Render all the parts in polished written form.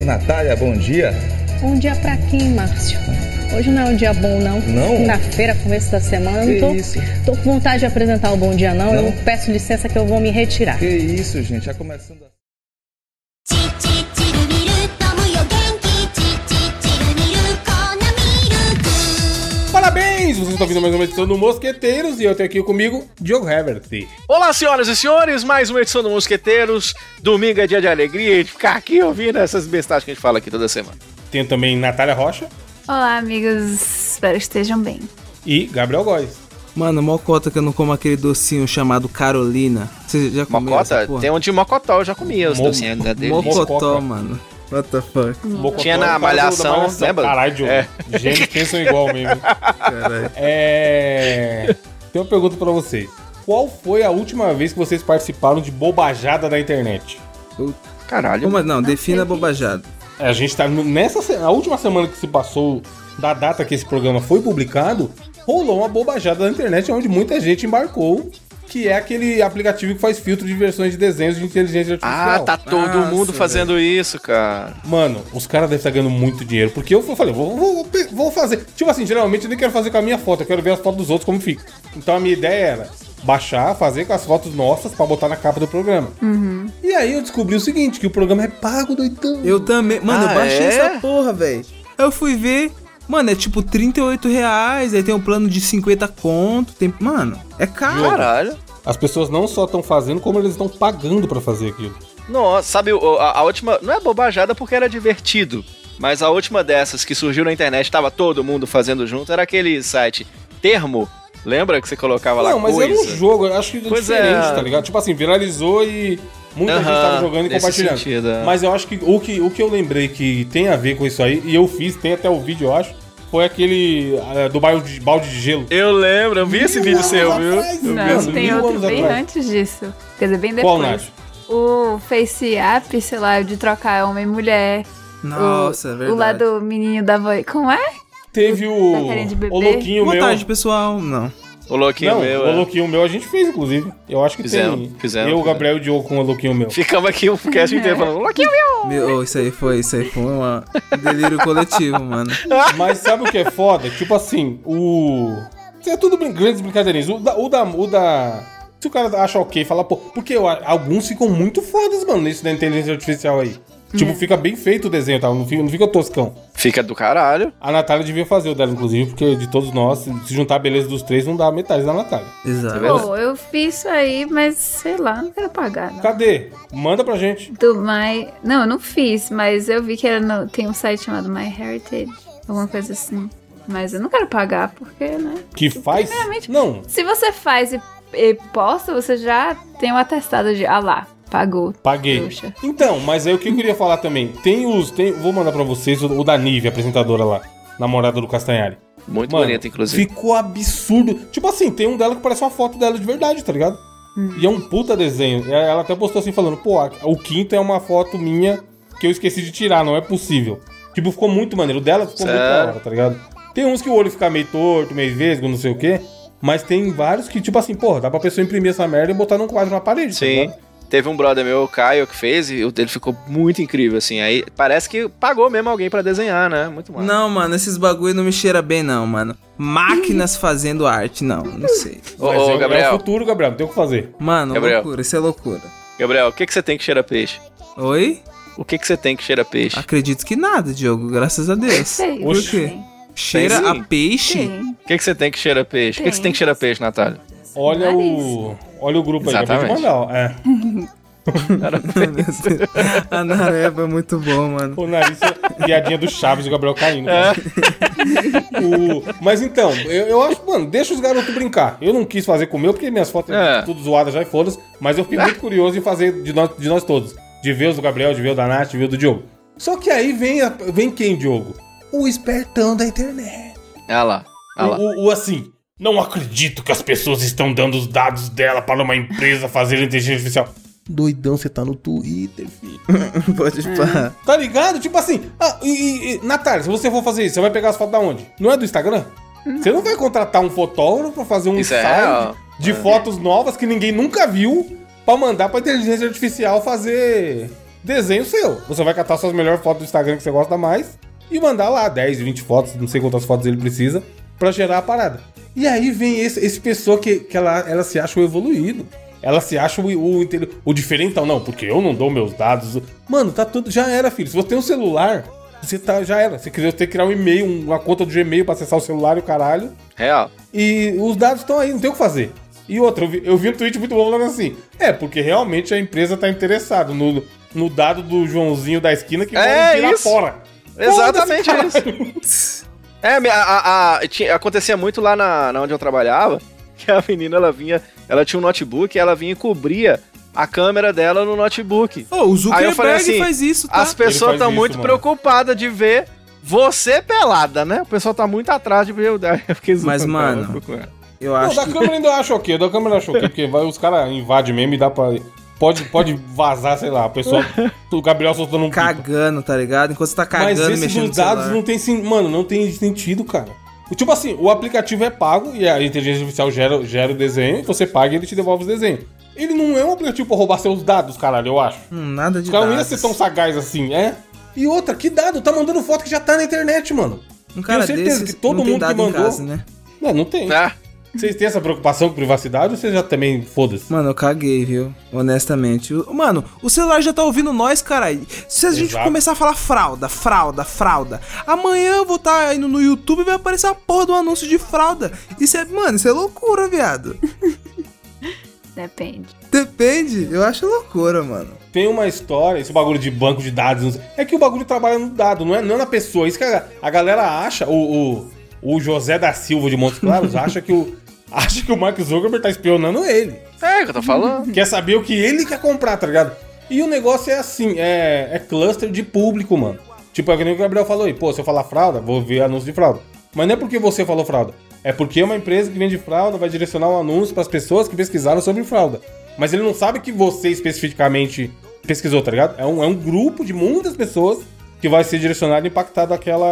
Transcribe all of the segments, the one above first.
Natália, bom dia. Bom dia pra quem, Márcio? Hoje não é um dia bom, não. Não? Segunda-feira, começo da semana. Que Não isso? tô com vontade de apresentar o bom dia, não. Eu peço licença que eu vou me retirar. Que isso, gente? Já começando a... Parabéns! Vocês estão ouvindo mais uma edição do Mosqueteiros e eu tenho aqui comigo Diogo Herbert. Olá, senhoras e senhores, mais uma edição do Mosqueteiros. Domingo é dia de alegria e de ficar aqui ouvindo essas bestagens que a gente fala aqui toda semana. Tenho também Natália Rocha. Olá, amigos. Espero que estejam bem. E Gabriel Góes. Mano, mocota que eu não como aquele docinho chamado Carolina. Você já comeu Mocota? essa porra? Tem um de mocotó, eu já comia os docinhos da dele. Mocotó, mano. What the fuck? Mocotó Tinha é na o caso Malhação, da lembra? Caralho, Diogo. Gêmeos pensam igual mesmo. Caralho. Tem uma pergunta pra vocês. Qual foi a última vez que vocês participaram de bobajada na internet? Caralho. Como, não, defina a bobajada. A gente tá na última semana que se passou da data que esse programa foi publicado, rolou uma bobajada na internet onde muita gente embarcou, que é aquele aplicativo que faz filtro de versões de desenhos de inteligência artificial. Ah, tá todo mundo fazendo isso, cara. Mano, os caras devem estar ganhando muito dinheiro, porque eu falei, vou fazer. Tipo assim, geralmente eu nem quero fazer com a minha foto, eu quero ver as fotos dos outros como fica. Então a minha ideia era baixar, fazer com as fotos nossas pra botar na capa do programa. Uhum. E aí eu descobri o seguinte, que o programa é pago, doidão. Eu também. Mano, eu baixei essa porra, velho. Eu fui ver. Mano, é tipo R$38, aí tem um plano de 50 conto. Mano, é caro. Caralho. As pessoas não só estão fazendo, como eles estão pagando pra fazer aquilo. Nossa, sabe, a última... Não é bobajada porque era divertido, mas a última dessas que surgiu na internet, tava todo mundo fazendo junto, era aquele site Termo. Lembra que você colocava lá não, mas coisa? Era um jogo, eu acho que é Pois diferente, é. tá ligado? Tipo assim, viralizou e muita gente tava jogando e nesse compartilhando. sentido, é. Mas eu acho que o que eu lembrei que tem a ver com isso aí, e eu fiz, tem até o vídeo, eu acho, foi aquele do balde de gelo. Eu lembro, eu vi esse vídeo seu, viu? Não, tem outro bem antes disso. Quer dizer, bem depois. Qual, Nath? O Face App, sei lá, de trocar homem e mulher. Nossa, é verdade. O lá do menino da voz. Como é? Teve Da carinha de bebê. o louquinho Boa meu. tarde, pessoal. Não. O louquinho Não, meu, o louquinho meu a gente fez, inclusive. Eu acho que Fizemos. Eu, o Gabriel e o Diogo com o louquinho meu. Ficamos aqui o cast inteiro falando, louquinho meu! Isso aí foi um delírio coletivo, mano. Mas sabe o que é foda? Tipo assim, é tudo grandes brincadeirinhas. O da... Se o cara acha ok, fala, pô... Porque alguns ficam muito fodas, mano, nisso da inteligência artificial aí. Tipo, fica bem feito o desenho, tá? Não fica toscão. Fica do caralho. A Natália devia fazer o dela, inclusive, porque de todos nós, se juntar a beleza dos três, não dá metade da Natália. Exato. Pô, eu fiz isso aí, mas sei lá, não quero pagar, não. Cadê? Manda pra gente. Não, eu não fiz, mas eu vi que tem um site chamado MyHeritage, alguma coisa assim. Mas eu não quero pagar, porque, né? Que faz? Primeiramente, Não. se você faz e posta, você já tem um atestado de, lá, pagou. Paguei. Trouxa. Então, mas aí o que eu queria falar também? Vou mandar pra vocês o da Nive, apresentadora lá, namorada do Castanhari. Muito Mano, bonito, inclusive. Ficou absurdo. Tipo assim, tem um dela que parece uma foto dela de verdade, tá ligado? E é um puta desenho. Ela até postou assim falando, pô, o quinto é uma foto minha que eu esqueci de tirar, não é possível. Tipo, ficou muito maneiro. O dela ficou muito da hora, tá ligado? Tem uns que o olho fica meio torto, meio vesgo, não sei o quê. Mas tem vários que, tipo assim, porra, dá pra pessoa imprimir essa merda e botar num quadro na parede, tá Sim. ligado? Teve um brother meu, o Caio, que fez, e ele ficou muito incrível, assim. Aí parece que pagou mesmo alguém pra desenhar, né? Muito massa. Não, mano, esses bagulho não me cheira bem, não, mano. Máquinas fazendo arte, não sei. Mas Ô, é Gabriel. o futuro, Gabriel, não tem o que fazer. Mano, Gabriel. loucura, isso é loucura. Gabriel, o que você tem que cheira peixe? Oi? O que você tem que cheira peixe? Acredito que nada, Diogo, graças a Deus. Sei. Por quê? Cheira Tem sim. a peixe? Tem. O que você tem que cheira peixe? O que você tem que cheira peixe, Natália? Olha o grupo aí, acabei de Exatamente. mandar, ó. É. A nareba é muito bom, mano. O nariz, piadinha do Chaves e o Gabriel caindo. Mas então, eu acho, mano, deixa os garotos brincar. Eu não quis fazer com o meu, porque minhas fotos É. tudo zoadas já e foda-se. Mas eu fiquei muito curioso em fazer de nós todos. De ver os do Gabriel, de ver o da Nath, de ver o do Diogo. Só que aí vem quem, Diogo? O espertão da internet. Olha lá. O assim, não acredito que as pessoas estão dando os dados dela para uma empresa fazer inteligência artificial. Doidão, você tá no Twitter, filho. Pode parar. Tá ligado? Tipo assim, Natália, se você for fazer isso, você vai pegar as fotos da onde? Não é do Instagram? Você não vai contratar um fotógrafo pra fazer um Isso é site real. de fotos novas que ninguém nunca viu pra mandar pra inteligência artificial fazer desenho seu. Você vai catar suas melhores fotos do Instagram que você gosta mais e mandar lá 10, 20 fotos, não sei quantas fotos ele precisa, pra gerar a parada. E aí vem esse pessoa que ela se acha o evoluído. Ela se acha o diferentão. Não, porque eu não dou meus dados. Mano, tá tudo... Já era, filho. Se você tem um celular, já era. Você tem que criar um e-mail, uma conta do Gmail pra acessar o celular e o caralho. Real. E os dados estão aí, não tem o que fazer. E outra, eu vi um tweet muito bom falando assim. Porque realmente a empresa tá interessada no dado do Joãozinho da esquina que vai tirar fora. Exatamente isso. Acontecia muito lá na onde eu trabalhava, que a menina, ela tinha um notebook e ela vinha e cobria a câmera dela no notebook. O Zuckerberg assim, faz isso, tá? As pessoas estão muito preocupadas de ver você pelada, né? O pessoal tá muito atrás de ver. Mas, mano, eu acho da câmera ainda acho ok, porque os caras invadem mesmo e dá pra... Pode vazar, sei lá, a pessoa... O Gabriel soltando um cagando, tá ligado? Enquanto você tá cagando, mas mexendo nos dados não tem... Mano, não tem sentido, cara. Tipo assim, o aplicativo é pago e a inteligência artificial gera o desenho, você paga e ele te devolve os desenhos. Ele não é um aplicativo pra roubar seus dados, caralho, eu acho. Nada de dados. Os caras não iam ser tão sagaz assim, E outra, que dado? Tá mandando foto que já tá na internet, mano. Um cara tenho certeza desse, que todo mundo que mandou... casa, né? Não tem. Vocês têm essa preocupação com privacidade ou vocês já também foda-se? Mano, eu caguei, viu? Honestamente. Mano, o celular já tá ouvindo nós, caralho. Se a gente começar a falar fralda, amanhã eu vou estar indo no YouTube e vai aparecer a porra do anúncio de fralda. Isso é loucura, viado. Depende, eu acho loucura, mano. Tem uma história, esse bagulho de banco de dados, é que o bagulho trabalha no dado, não é na pessoa. Isso que a galera acha, o José da Silva de Montes Claros acha que o Mark Zuckerberg tá espionando ele. É, que eu tô falando. Quer saber o que ele quer comprar, tá ligado? E o negócio é assim, é cluster de público, mano. Tipo, é que nem o Gabriel falou aí, se eu falar fralda, vou ver anúncio de fralda. Mas não é porque você falou fralda, é porque uma empresa que vende fralda vai direcionar um anúncio pras pessoas que pesquisaram sobre fralda. Mas ele não sabe que você especificamente pesquisou, tá ligado? É um grupo de muitas pessoas que vai ser direcionado e impactado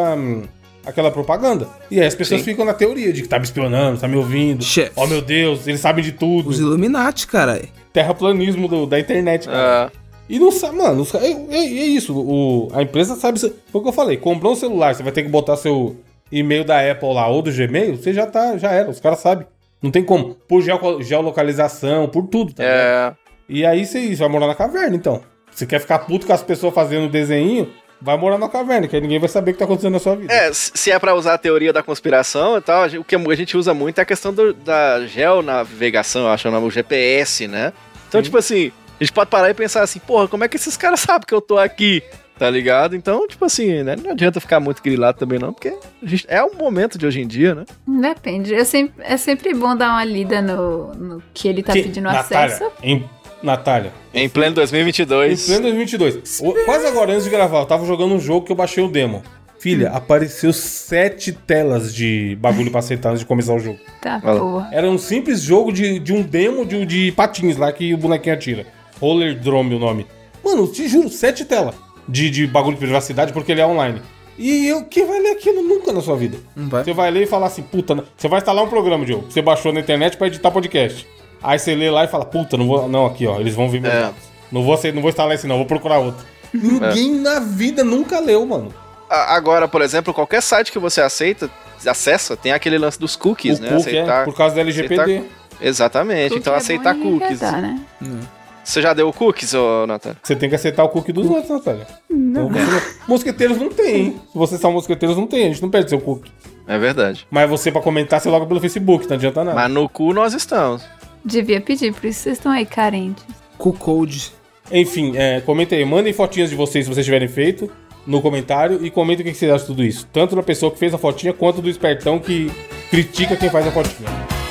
aquela propaganda. E aí as pessoas ficam na teoria de que tá me espionando, tá me ouvindo. Oh, meu Deus, eles sabem de tudo. Os Illuminati, caralho. Terraplanismo da internet, cara. E não sabe, mano, é isso. A empresa sabe... Foi o que eu falei. Comprou um celular, você vai ter que botar seu e-mail da Apple lá ou do Gmail, você já era. Os caras sabem. Não tem como. Por geolocalização, por tudo, tá ligado? E aí você vai morar na caverna, então. Você quer ficar puto com as pessoas fazendo desenho... Vai morar na caverna, que aí ninguém vai saber o que tá acontecendo na sua vida. Se é pra usar a teoria da conspiração e tal, o que a gente usa muito é a questão da geonavegação, eu acho, o GPS, né? Então, tipo assim, a gente pode parar e pensar assim, porra, como é que esses caras sabem que eu tô aqui? Tá ligado? Então, tipo assim, né? Não adianta ficar muito grilado também não, porque é um momento de hoje em dia, né? Depende. É sempre bom dar uma lida no que ele tá pedindo acesso. Natália. Em pleno 2022. Em pleno 2022. Quase agora, antes de gravar, eu tava jogando um jogo que eu baixei o demo. Filha, apareceu 7 telas de bagulho pra aceitar antes de começar o jogo. Tá, porra. Era um simples jogo de um demo de patins lá que o bonequinho atira. Roller Drome o nome. Mano, te juro, 7 telas de bagulho de privacidade porque ele é online. E quem vai ler aquilo nunca na sua vida? Você vai ler e falar assim, puta... Você vai instalar um programa, Diogo, que você baixou na internet pra editar podcast. Aí você lê lá e fala, puta, não vou... Não, aqui, ó, eles vão ver meus dados. Não vou instalar esse não, vou procurar outro. Ninguém na vida nunca leu, mano. Agora, por exemplo, qualquer site que você acessa, tem aquele lance dos cookies, né? Aceitar, por causa da LGPD. Exatamente, Cookie então aceitar cookies. Dar, né? Você já deu cookies, Natália? Você tem que aceitar o cookie dos outros, Natália. Então, mosqueteiros não tem, hein? Se vocês são mosqueteiros, não tem, a gente não perde seu cookie. É verdade. Mas você, pra comentar, você loga pelo Facebook, não adianta nada. Mas no cu nós estamos. Devia pedir, por isso vocês estão aí carentes. Cocode. Enfim, comenta aí, mandem fotinhas de vocês se vocês tiverem feito no comentário e comentem o que vocês acham de tudo isso. Tanto da pessoa que fez a fotinha quanto do espertão que critica quem faz a fotinha.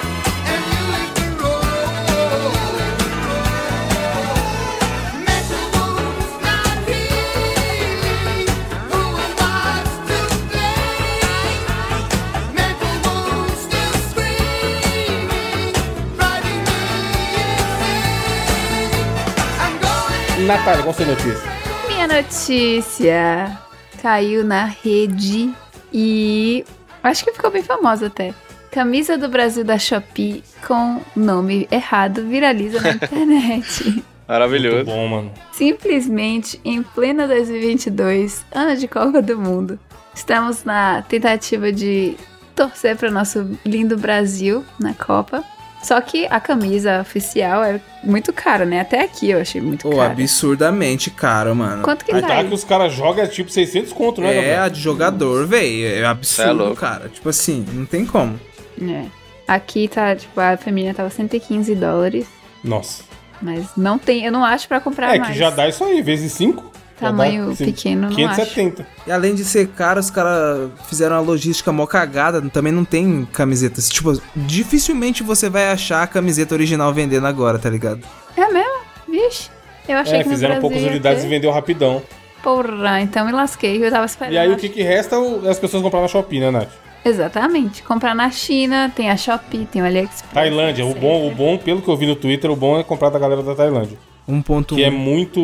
Natália, qual a sua notícia? Minha notícia caiu na rede e acho que ficou bem famosa até. Camisa do Brasil da Shopee com nome errado viraliza na internet. Maravilhoso. Muito bom, mano. Simplesmente, em plena 2022, ano de Copa do Mundo, estamos na tentativa de torcer para o nosso lindo Brasil na Copa. Só que a camisa oficial é muito cara, né? Até aqui eu achei muito cara. Absurdamente caro, mano. Quanto que A tá aí? que os caras jogam é tipo 600 conto, né, Gabriel? A de jogador, velho. É absurdo, louco. cara. Tipo assim, não tem como. É. Aqui tá, tipo, a feminina tava $115. Nossa. Mas não tem, eu não acho pra comprar mais. Que já dá isso aí, vezes 5. Tamanho pequeno, não 570. E além de ser caro, os caras fizeram uma logística mó cagada. Também não tem camisetas. Tipo, dificilmente você vai achar a camiseta original vendendo agora, tá ligado? É mesmo? Vixe. Eu achei que no fizeram Brasil poucas ia unidades ter. e vendeu rapidão. Porra, então me lasquei, eu tava esperando. E aí o que resta é as pessoas comprar na Shopee, né, Nath? Exatamente. Comprar na China, tem a Shopee, tem o AliExpress. Tailândia. O bom, pelo que eu vi no Twitter, o bom é comprar da galera da Tailândia. 1.1. Que é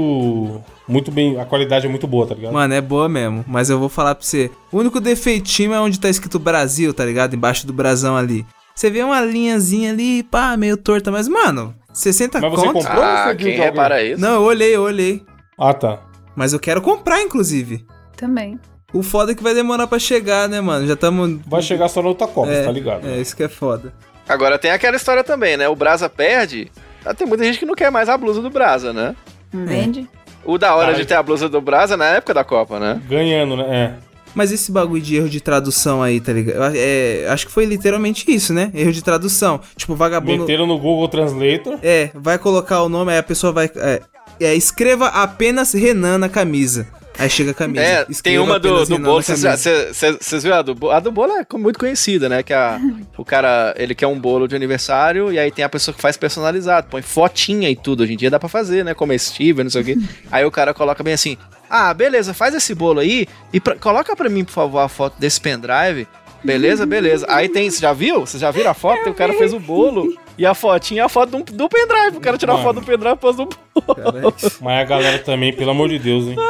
muito bem, a qualidade é muito boa, tá ligado? Mano, é boa mesmo, mas eu vou falar pra você. O único defeitinho é onde tá escrito Brasil, tá ligado? Embaixo do brasão ali. Você vê uma linhazinha ali, pá, meio torta, mas, mano, 60 Mas você contos? comprou ou você viu Quem de alguém? repara isso? Não, eu olhei. Ah, tá. Mas eu quero comprar, inclusive. Também. O foda é que vai demorar pra chegar, né, mano? Já estamos... Vai chegar só na outra Copa, tá ligado? É, isso que é foda. Agora tem aquela história também, né? O Brasa perde. Tem muita gente que não quer mais a blusa do Brasa, né? Vende? O da hora de ter a blusa do Brasa na época da Copa, né? Ganhando, né? Mas esse bagulho de erro de tradução aí, tá ligado? Acho que foi literalmente isso, né? Erro de tradução. Tipo, vagabundo... Meteram no Google Translator. Vai colocar o nome, aí a pessoa vai... escreva apenas Renan na camisa. Aí chega a camisa. Tem uma do Renan bolo, na camisa. vocês viram a do bolo? A do bolo é muito conhecida, né? Que o cara, ele quer um bolo de aniversário e aí tem a pessoa que faz personalizado, põe fotinha e tudo. Hoje em dia dá pra fazer, né? Comestível, não sei o quê. Aí o cara coloca bem assim, beleza, faz esse bolo aí e coloca pra mim, por favor, a foto desse pendrive. Beleza? Aí tem, você já viu? Vocês já viram a foto? O cara fez o bolo e a fotinha é a foto do pendrive. O cara tirou a foto do pendrive e pôs no bolo. Mas a galera também, pelo amor de Deus, hein?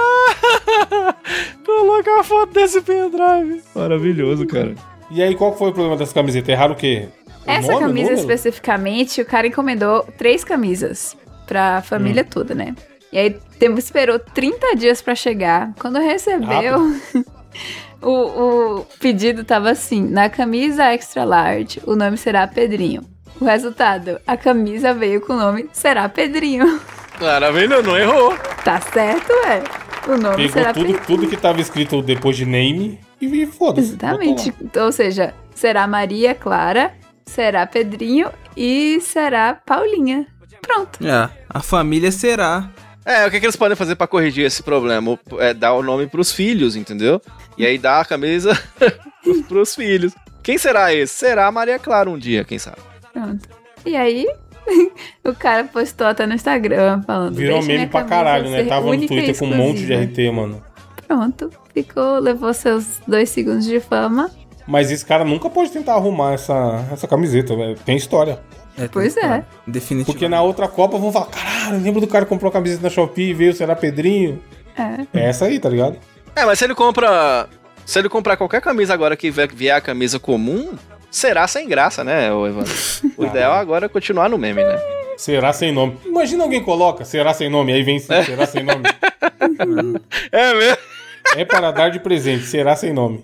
Coloca a foto desse pendrive. Maravilhoso, cara. E aí, qual foi o problema dessa camiseta? Erraram o quê? Essa camisa especificamente, o cara encomendou 3 camisas pra família toda, né? E aí esperou 30 dias pra chegar. Quando recebeu, o pedido tava assim: na camisa extra large, o nome será Pedrinho. O resultado, a camisa veio com o nome Será Pedrinho. Maravilhoso, não errou. Tá certo, O nome Pegou será Pedrinho. tudo que tava escrito depois de name e foda-se. Exatamente. Ou seja, será Maria Clara, será Pedrinho e será Paulinha. Pronto. A família será. O que eles podem fazer pra corrigir esse problema? É dar o nome pros filhos, entendeu? E aí dar a camisa pros filhos. Quem será esse? Será a Maria Clara um dia, quem sabe? Pronto. E aí, o cara postou até no Instagram falando... Virou meme pra caralho, né? Tava no Twitter com um monte de RT, mano. Pronto. Levou seus 2 segundos de fama. Mas esse cara nunca pode tentar arrumar essa camiseta, velho. Tem história. Pois é. Definitivamente. Porque na outra Copa vão falar, caralho, lembra do cara que comprou a camiseta na Shopee e veio, será Pedrinho? É essa aí, tá ligado? Mas se ele comprar qualquer camisa agora que vier a camisa comum, será sem graça, né, Evandro? O ideal agora é continuar no meme, né? Será sem nome. Imagina alguém coloca será sem nome, aí vem será sem nome. É mesmo? É para dar de presente, será sem nome.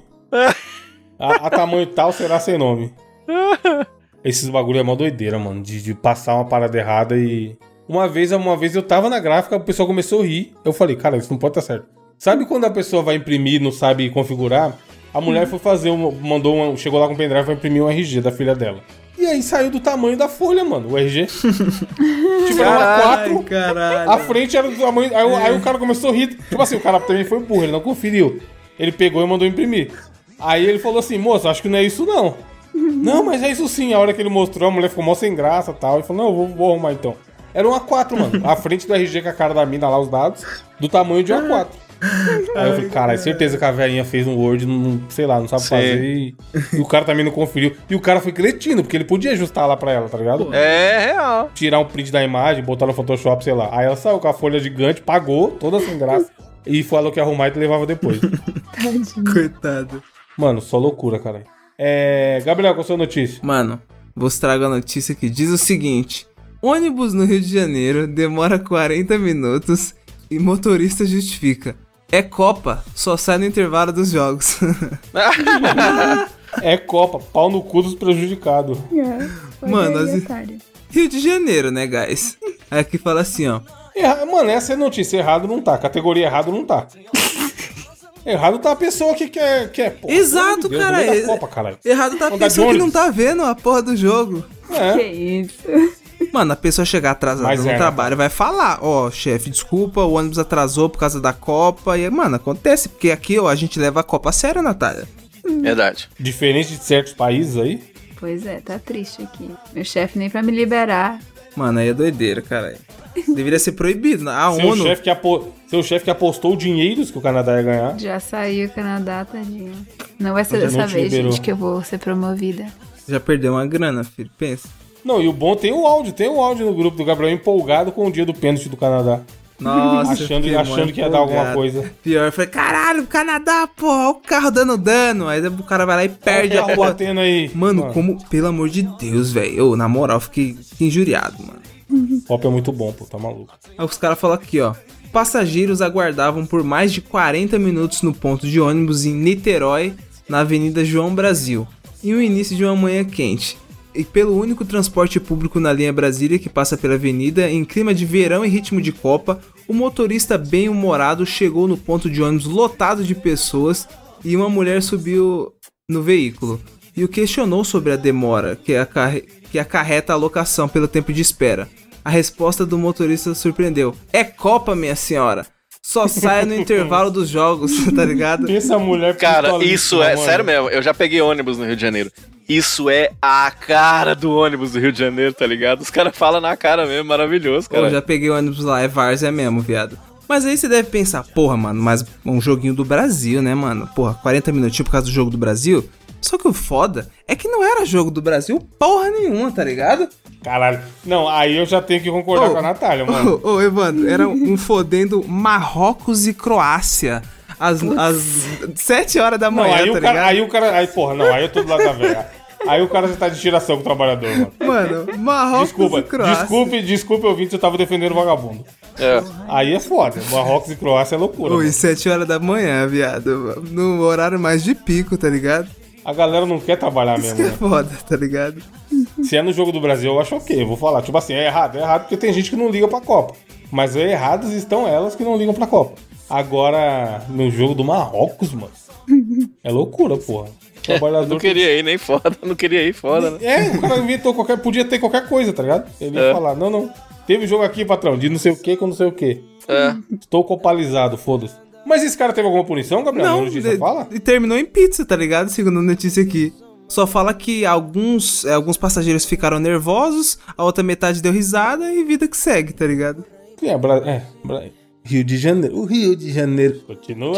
A tamanho tal será sem nome. Esses bagulho é mó doideira, mano. De passar uma parada errada e... Uma vez eu tava na gráfica, o pessoal começou a rir. Eu falei, cara, isso não pode estar certo. Sabe quando a pessoa vai imprimir e não sabe configurar? A mulher foi fazer, chegou lá com o pendrive pra imprimir um RG da filha dela. E aí saiu do tamanho da folha, mano, o RG. Tipo, era uma 4. Caralho. A frente era do tamanho... Aí o cara começou a rir. Tipo assim, o cara também foi burro, ele não conferiu. Ele pegou e mandou imprimir. Aí ele falou assim, moça, acho que não é isso não. Não, mas é isso sim. A hora que ele mostrou, a mulher ficou mó sem graça e tal. Ele falou, não, eu vou arrumar então. Era um A4, mano. A frente do RG com a cara da mina lá, os dados, do tamanho de um A4. Aí eu falei, caralho, certeza que a velhinha fez um Word, não, sei lá, não sabe fazer e o cara também não conferiu. E o cara foi cretino, porque ele podia ajustar lá pra ela, tá ligado? É real. Tirar um print da imagem, botar no Photoshop, sei lá. Aí ela saiu com a folha gigante, pagou, toda sem graça, e falou que ia arrumar e te levava depois. Coitado. Mano, só loucura, cara. Gabriel, qual a sua notícia? Mano, vou estragar a notícia que diz o seguinte: Ônibus no Rio de Janeiro demora 40 minutos e motorista justifica. É Copa, só sai no intervalo dos jogos. É Copa, pau no cu dos prejudicados. Mano, Rio de Janeiro, né, guys? Aí aqui fala assim, ó. Mano, essa é notícia. Errado não tá. Categoria errado não tá. Errado tá a pessoa que quer porra, exato, Deus, cara. Copa, caralho. Errado tá a pessoa que não tá vendo a porra do jogo. Que isso? Mano, a pessoa chegar atrasada no trabalho vai falar, ó, chefe, desculpa, o ônibus atrasou por causa da Copa. E, mano, acontece, porque aqui, ó, a gente leva a Copa a sério, Natália. Verdade. Diferente de certos países aí. Pois é, tá triste aqui. Meu chefe nem pra me liberar. Mano, aí é doideira, caralho. Deveria ser proibido, né? A ONU... Seu chefe que apostou o dinheiro que o Canadá ia ganhar. Já saiu o Canadá, tadinho. Não vai ser dessa vez, gente, que eu vou ser promovida. Já perdeu uma grana, filho, pensa. Não, e o bom tem o áudio no grupo do Gabriel empolgado com o dia do pênalti do Canadá. Nossa, achando que ia dar alguma coisa. Pior, eu falei, caralho, Canadá, porra, o carro dando dano. Aí o cara vai lá e perde a porra. Aí. Mano, como, pelo amor de Deus, velho. Na moral, fiquei injuriado, mano. Pop é muito bom, pô, tá maluco. Aí os caras falam aqui, ó. Passageiros aguardavam por mais de 40 minutos no ponto de ônibus em Niterói, na Avenida João Brasil, em o início de uma manhã quente. E pelo único transporte público na linha Brasília que passa pela avenida, em clima de verão e ritmo de Copa, o motorista bem-humorado chegou no ponto de ônibus lotado de pessoas e uma mulher subiu no veículo e o questionou sobre a demora que acarreta a alocação pelo tempo de espera. A resposta do motorista surpreendeu. É Copa, minha senhora. Só sai no intervalo dos jogos, tá ligado? Essa mulher... Cara, isso é... Sério mesmo, eu já peguei ônibus no Rio de Janeiro. Isso é a cara do ônibus do Rio de Janeiro, tá ligado? Os caras falam na cara mesmo, maravilhoso, cara. Eu já peguei ônibus lá, é várzea mesmo, viado. Mas aí você deve pensar, porra, mano, mas um joguinho do Brasil, né, mano? Porra, 40 minutinhos por causa do jogo do Brasil. Só que o foda é que não era jogo do Brasil porra nenhuma, tá ligado? Caralho. Não, aí eu já tenho que concordar com a Natália, mano. Ô, Evandro, era um fodendo Marrocos e Croácia. Às 7 horas da manhã, não, tá ligado? Aí eu tô do lado da velha. Aí o cara já tá de tiração com o trabalhador, mano. Mano, Marrocos e Croácia. Desculpe, ouvinte, eu tava defendendo o vagabundo. É. Aí é foda. Marrocos e Croácia é loucura. Oi, 7 horas da manhã, viado. No horário mais de pico, tá ligado? A galera não quer trabalhar mesmo, né? Isso que é foda, tá ligado? Se é no jogo do Brasil, eu acho ok. Eu vou falar, tipo assim, é errado porque tem gente que não liga pra Copa. Mas erradas estão elas que não ligam pra Copa. Agora, no jogo do Marrocos, mano, é loucura, porra. Trabalhador não queria ir nem foda, não queria ir foda, né? É, o cara inventou podia ter qualquer coisa, tá ligado? Ele ia falar, não, teve jogo aqui, patrão, de não sei o que com não sei o que. Estou copalizado, foda-se. Mas esse cara teve alguma punição, Gabriel? Não, fala? E terminou em pizza, tá ligado? Segundo a notícia aqui. Só fala que alguns passageiros ficaram nervosos, a outra metade deu risada e vida que segue, tá ligado? Rio de Janeiro. O Rio de Janeiro. Continua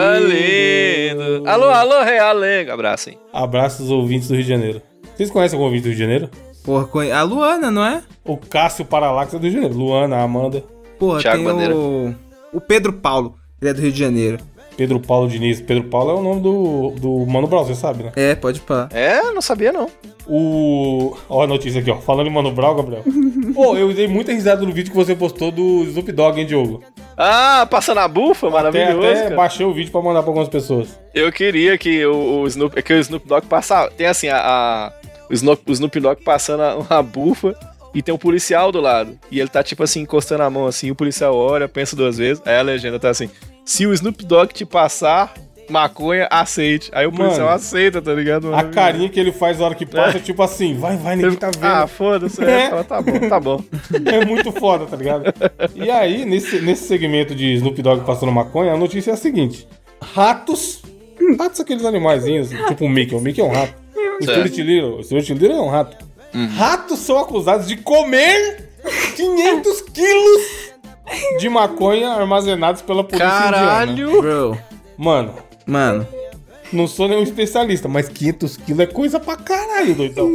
lindo. Alô, Realengo. Abraço, hein? Abraço aos ouvintes do Rio de Janeiro. Vocês conhecem algum ouvinte do Rio de Janeiro? Porra, a Luana, não é? O Cássio Paralax é do Rio de Janeiro. Luana, a Amanda. Porra, Thiago tem Bandeira. O Pedro Paulo. Ele é do Rio de Janeiro. Pedro Paulo Diniz. Pedro Paulo é o nome do Mano Brown, você sabe, né? É, pode pá. É, não sabia não. Ó a notícia aqui, ó. Falando em Mano Brown, Gabriel. Pô, eu dei muita risada no vídeo que você postou do Snoop Dogg, hein, Diogo? Ah, passando a bufa? Maravilhoso, até baixei o vídeo pra mandar pra algumas pessoas. Eu queria que o Snoop Dogg passasse... Tem assim, o Snoop Dogg passando uma bufa e tem um policial do lado. E ele tá tipo assim, encostando a mão assim, o policial olha, pensa 2 vezes. Aí a legenda tá assim... Se o Snoop Dogg te passar maconha, aceite. Aí o policial aceita, tá ligado? A carinha que ele faz na hora que passa, tipo assim, vai, ninguém tá vendo. Ah, foda-se. Tá bom. É muito foda, tá ligado? E aí, nesse segmento de Snoop Dogg passando maconha, a notícia é a seguinte. Ratos, aqueles animaizinhos, tipo o Mickey. O Mickey é um rato. O Stuart Little é um rato. Ratos são acusados de comer 500 quilos de maconha armazenados pela polícia indiana. Bro. Mano. Não sou nenhum especialista, mas 500 quilos é coisa pra caralho, doidão.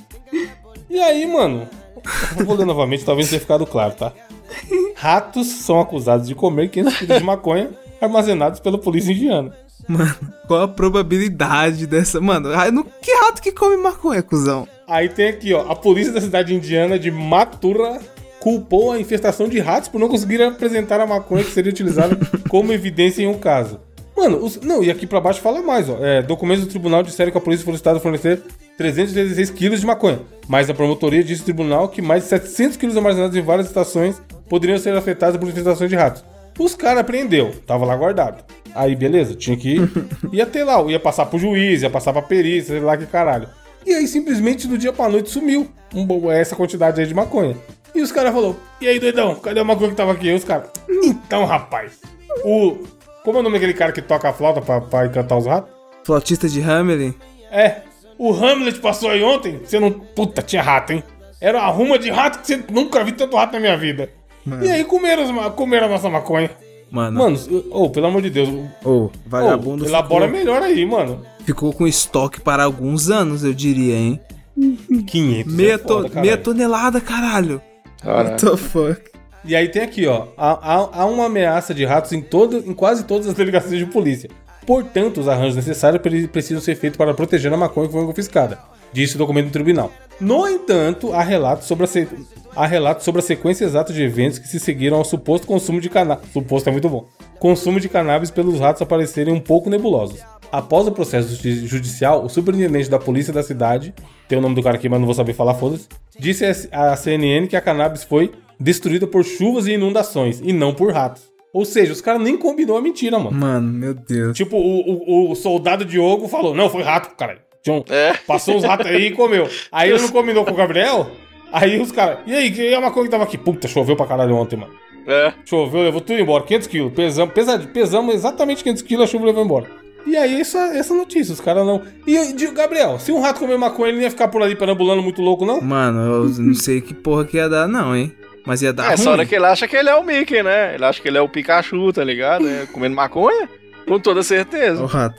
E aí, mano, eu vou ler novamente, talvez tenha ficado claro, tá? Ratos são acusados de comer 500 quilos de maconha armazenados pela polícia indiana. Mano, qual a probabilidade dessa... Mano, que rato que come maconha, cuzão? Aí tem aqui, ó. A polícia da cidade indiana de Mathura culpou a infestação de ratos por não conseguir apresentar a maconha que seria utilizada como evidência em um caso. Mano, não, e aqui pra baixo fala mais, ó. Documentos do tribunal disseram que a polícia florestal fornecer 316 quilos de maconha. Mas a promotoria disse ao tribunal que mais de 700 quilos armazenados em várias estações poderiam ser afetados por infestações de ratos. Os caras apreendeu, tava lá guardado. Aí, beleza, tinha que ir. Ia ter lá, ia passar pro juiz, ia passar pra perícia, sei lá que caralho. E aí, simplesmente, do dia pra noite, sumiu essa quantidade aí de maconha. E os caras falaram, e aí, doidão, cadê a maconha que tava aqui? E os caras, então, rapaz, como é o nome daquele cara que toca a flauta pra encantar os ratos? Flautista de Hamelin? O Hamlet passou aí ontem, você não... Puta, tinha rato, hein? Era uma ruma de rato que você nunca vi tanto rato na minha vida. Mano. E aí comeram a nossa maconha. Mano, pelo amor de Deus. Vagabundo elabora melhor aí, mano. Ficou com estoque para alguns anos, eu diria, hein? 500. Meia tonelada, caralho. What the fuck? E aí tem aqui, ó. Há uma ameaça de ratos em quase todas as delegacias de polícia. Portanto, os arranjos necessários precisam ser feitos para proteger a maconha que foi confiscada. Disse o documento do tribunal. No entanto, há relatos sobre a sequência exata de eventos que se seguiram ao suposto consumo de cannabis. Suposto é muito bom. Consumo de cannabis pelos ratos aparecerem um pouco nebulosos. Após o processo judicial, o superintendente da polícia da cidade, tem o nome do cara aqui, mas não vou saber falar, foda-se, disse à CNN que a cannabis foi destruída por chuvas e inundações, e não por ratos. Ou seja, os caras nem combinou a mentira, mano. Mano, meu Deus. Tipo, o soldado Diogo falou, não, foi rato, caralho. Passou uns ratos aí e comeu. Aí ele não combinou com o Gabriel, aí os caras, e aí, que é uma coisa que tava aqui? Puta, choveu pra caralho ontem, mano. Choveu, levou tudo embora, 500 quilos. Pesamos exatamente 500 quilos, a chuva levou embora. E aí, essa notícia, os caras não... E, Gabriel, se um rato comer maconha, ele não ia ficar por ali perambulando muito louco, não? Mano, eu não sei que porra que ia dar, não, hein? Mas ia dar ruim. Só hora que ele acha que ele é o Mickey, né? Ele acha que ele é o Pikachu, tá ligado? Comendo maconha, com toda certeza. O rato.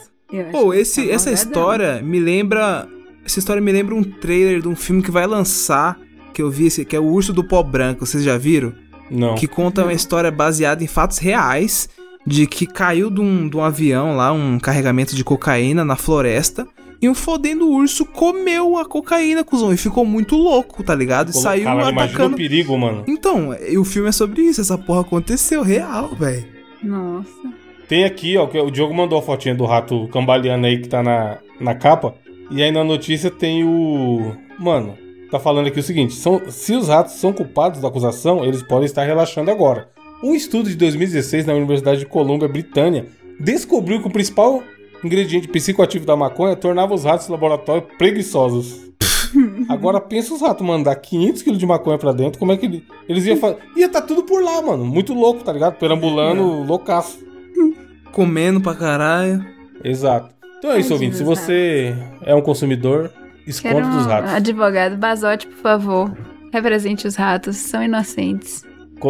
Essa história me lembra... Essa história me lembra um trailer de um filme que vai lançar, que eu vi, que é O Urso do Pó Branco, vocês já viram? Não. Que conta uma história baseada em fatos reais, de que caiu de um avião lá, um carregamento de cocaína na floresta, e um fodendo urso comeu a cocaína, cuzão, e ficou muito louco, tá ligado? E saiu atacando... Imagina o perigo, mano. Então, o filme é sobre isso, essa porra aconteceu, real, velho. Nossa. Tem aqui, ó, que o Diogo mandou a fotinha do rato cambaleando aí que tá na capa, e aí na notícia tem o... Mano, tá falando aqui o seguinte, se os ratos são culpados da acusação, eles podem estar relaxando agora. Um estudo de 2016 na Universidade de Colômbia, Britânia, descobriu que o principal ingrediente psicoativo da maconha tornava os ratos do laboratório preguiçosos. Agora pensa os ratos mandar 500 kg de maconha pra dentro, como é que eles iam fazer? Ia tá tudo por lá, mano, muito louco, tá ligado? Perambulando, loucaço. Comendo pra caralho. Exato. Então é isso, ouvinte, se você é um consumidor, esconda dos ratos. Advogado Basotti, por favor, represente os ratos, são inocentes.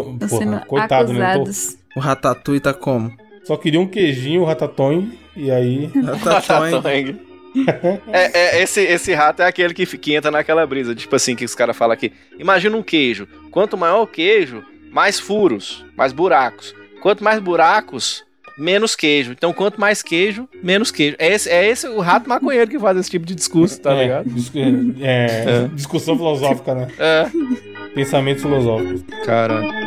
Coitado, acusados. né? O Ratatouille tá como? Só queria um queijinho, o Ratatouille, e aí... Ratatouille. Esse rato é aquele que entra naquela brisa, tipo assim, que os caras falam aqui. Imagina um queijo. Quanto maior o queijo, mais furos, mais buracos. Quanto mais buracos, menos queijo. Então, quanto mais queijo, menos queijo. É esse o rato maconheiro que faz esse tipo de discurso, tá ligado? Discussão filosófica, né? Pensamentos filosóficos. Caralho.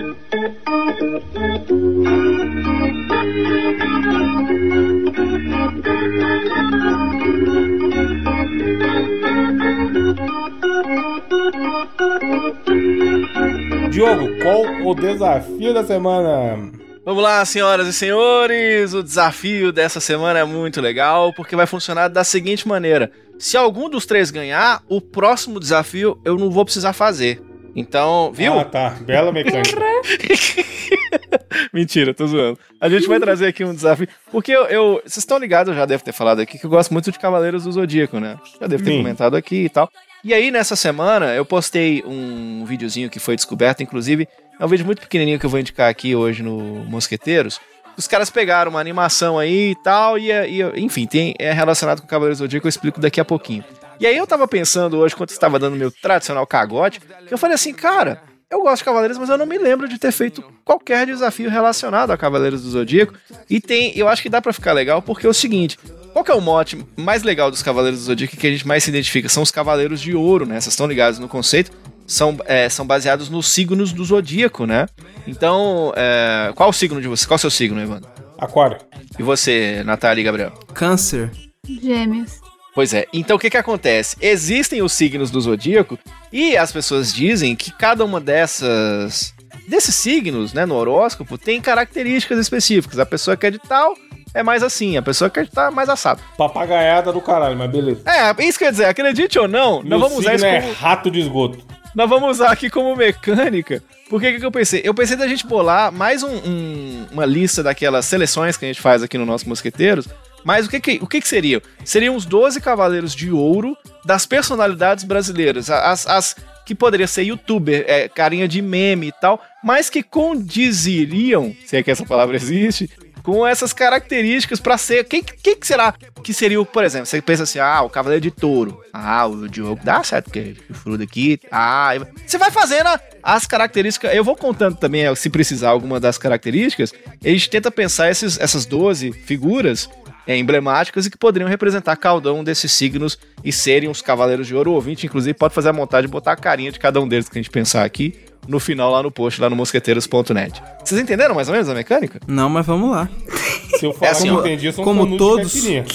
Diogo, qual o desafio da semana? Vamos lá, senhoras e senhores, o desafio dessa semana é muito legal, porque vai funcionar da seguinte maneira. Se algum dos três ganhar, o próximo desafio eu não vou precisar fazer. Então, viu? Ah, tá. Bela mecânica. Mentira, tô zoando. A gente vai trazer aqui um desafio, porque vocês estão ligados, eu já devo ter falado aqui, que eu gosto muito de Cavaleiros do Zodíaco, né? Já devo ter comentado aqui e tal. E aí, nessa semana, eu postei um videozinho que foi descoberto, inclusive, é um vídeo muito pequenininho que eu vou indicar aqui hoje no Mosqueteiros. Os caras pegaram uma animação aí e tal, enfim, é relacionado com Cavaleiros do Zodíaco, eu explico daqui a pouquinho. E aí eu tava pensando hoje, quando eu estava dando meu tradicional cagote, que eu falei assim, cara, eu gosto de Cavaleiros, mas eu não me lembro de ter feito qualquer desafio relacionado a Cavaleiros do Zodíaco. E eu acho que dá pra ficar legal, porque é o seguinte, Qual que é o mote mais legal dos Cavaleiros do Zodíaco que a gente mais se identifica? São os Cavaleiros de Ouro, né? Vocês estão ligados no conceito? São baseados nos signos do Zodíaco, né? Então, qual o signo de você? Qual é o seu signo, Evandro? Aquário. E você, Natália e Gabriel? Câncer. Gêmeos. Pois é. Então, o que acontece? Existem os signos do Zodíaco e as pessoas dizem que cada uma desses signos, né, no horóscopo, tem características específicas. A pessoa que é de tal é mais assim, a pessoa que é de tal é mais assado. Papagaiada do caralho, mas beleza. Isso quer dizer, acredite ou não, nós vamos usar isso como... rato de esgoto. Nós vamos usar aqui como mecânica. Porque que eu pensei? Eu pensei da gente bolar mais uma lista daquelas seleções que a gente faz aqui no nosso Mosqueteiros. Mas o que seriam? Seriam os 12 Cavaleiros de Ouro das personalidades brasileiras. As que poderia ser youtuber, carinha de meme e tal, mas que condiziriam, se é que essa palavra existe, com essas características pra ser... Quem que será que seria, por exemplo, você pensa assim, o Cavaleiro de Touro. O Diogo dá certo, porque chifrudo aqui. Você vai fazendo as características. Eu vou contando também, se precisar, alguma das características. A gente tenta pensar essas 12 figuras emblemáticas e que poderiam representar cada um desses signos e serem os Cavaleiros de Ouro. O ouvinte, inclusive, pode fazer a montagem e botar a carinha de cada um deles que a gente pensar aqui no final, lá no post, lá no mosqueteiros.net. Vocês entenderam mais ou menos a mecânica? Não, mas vamos lá. Se eu falar que eu entendi, eu sou como todos.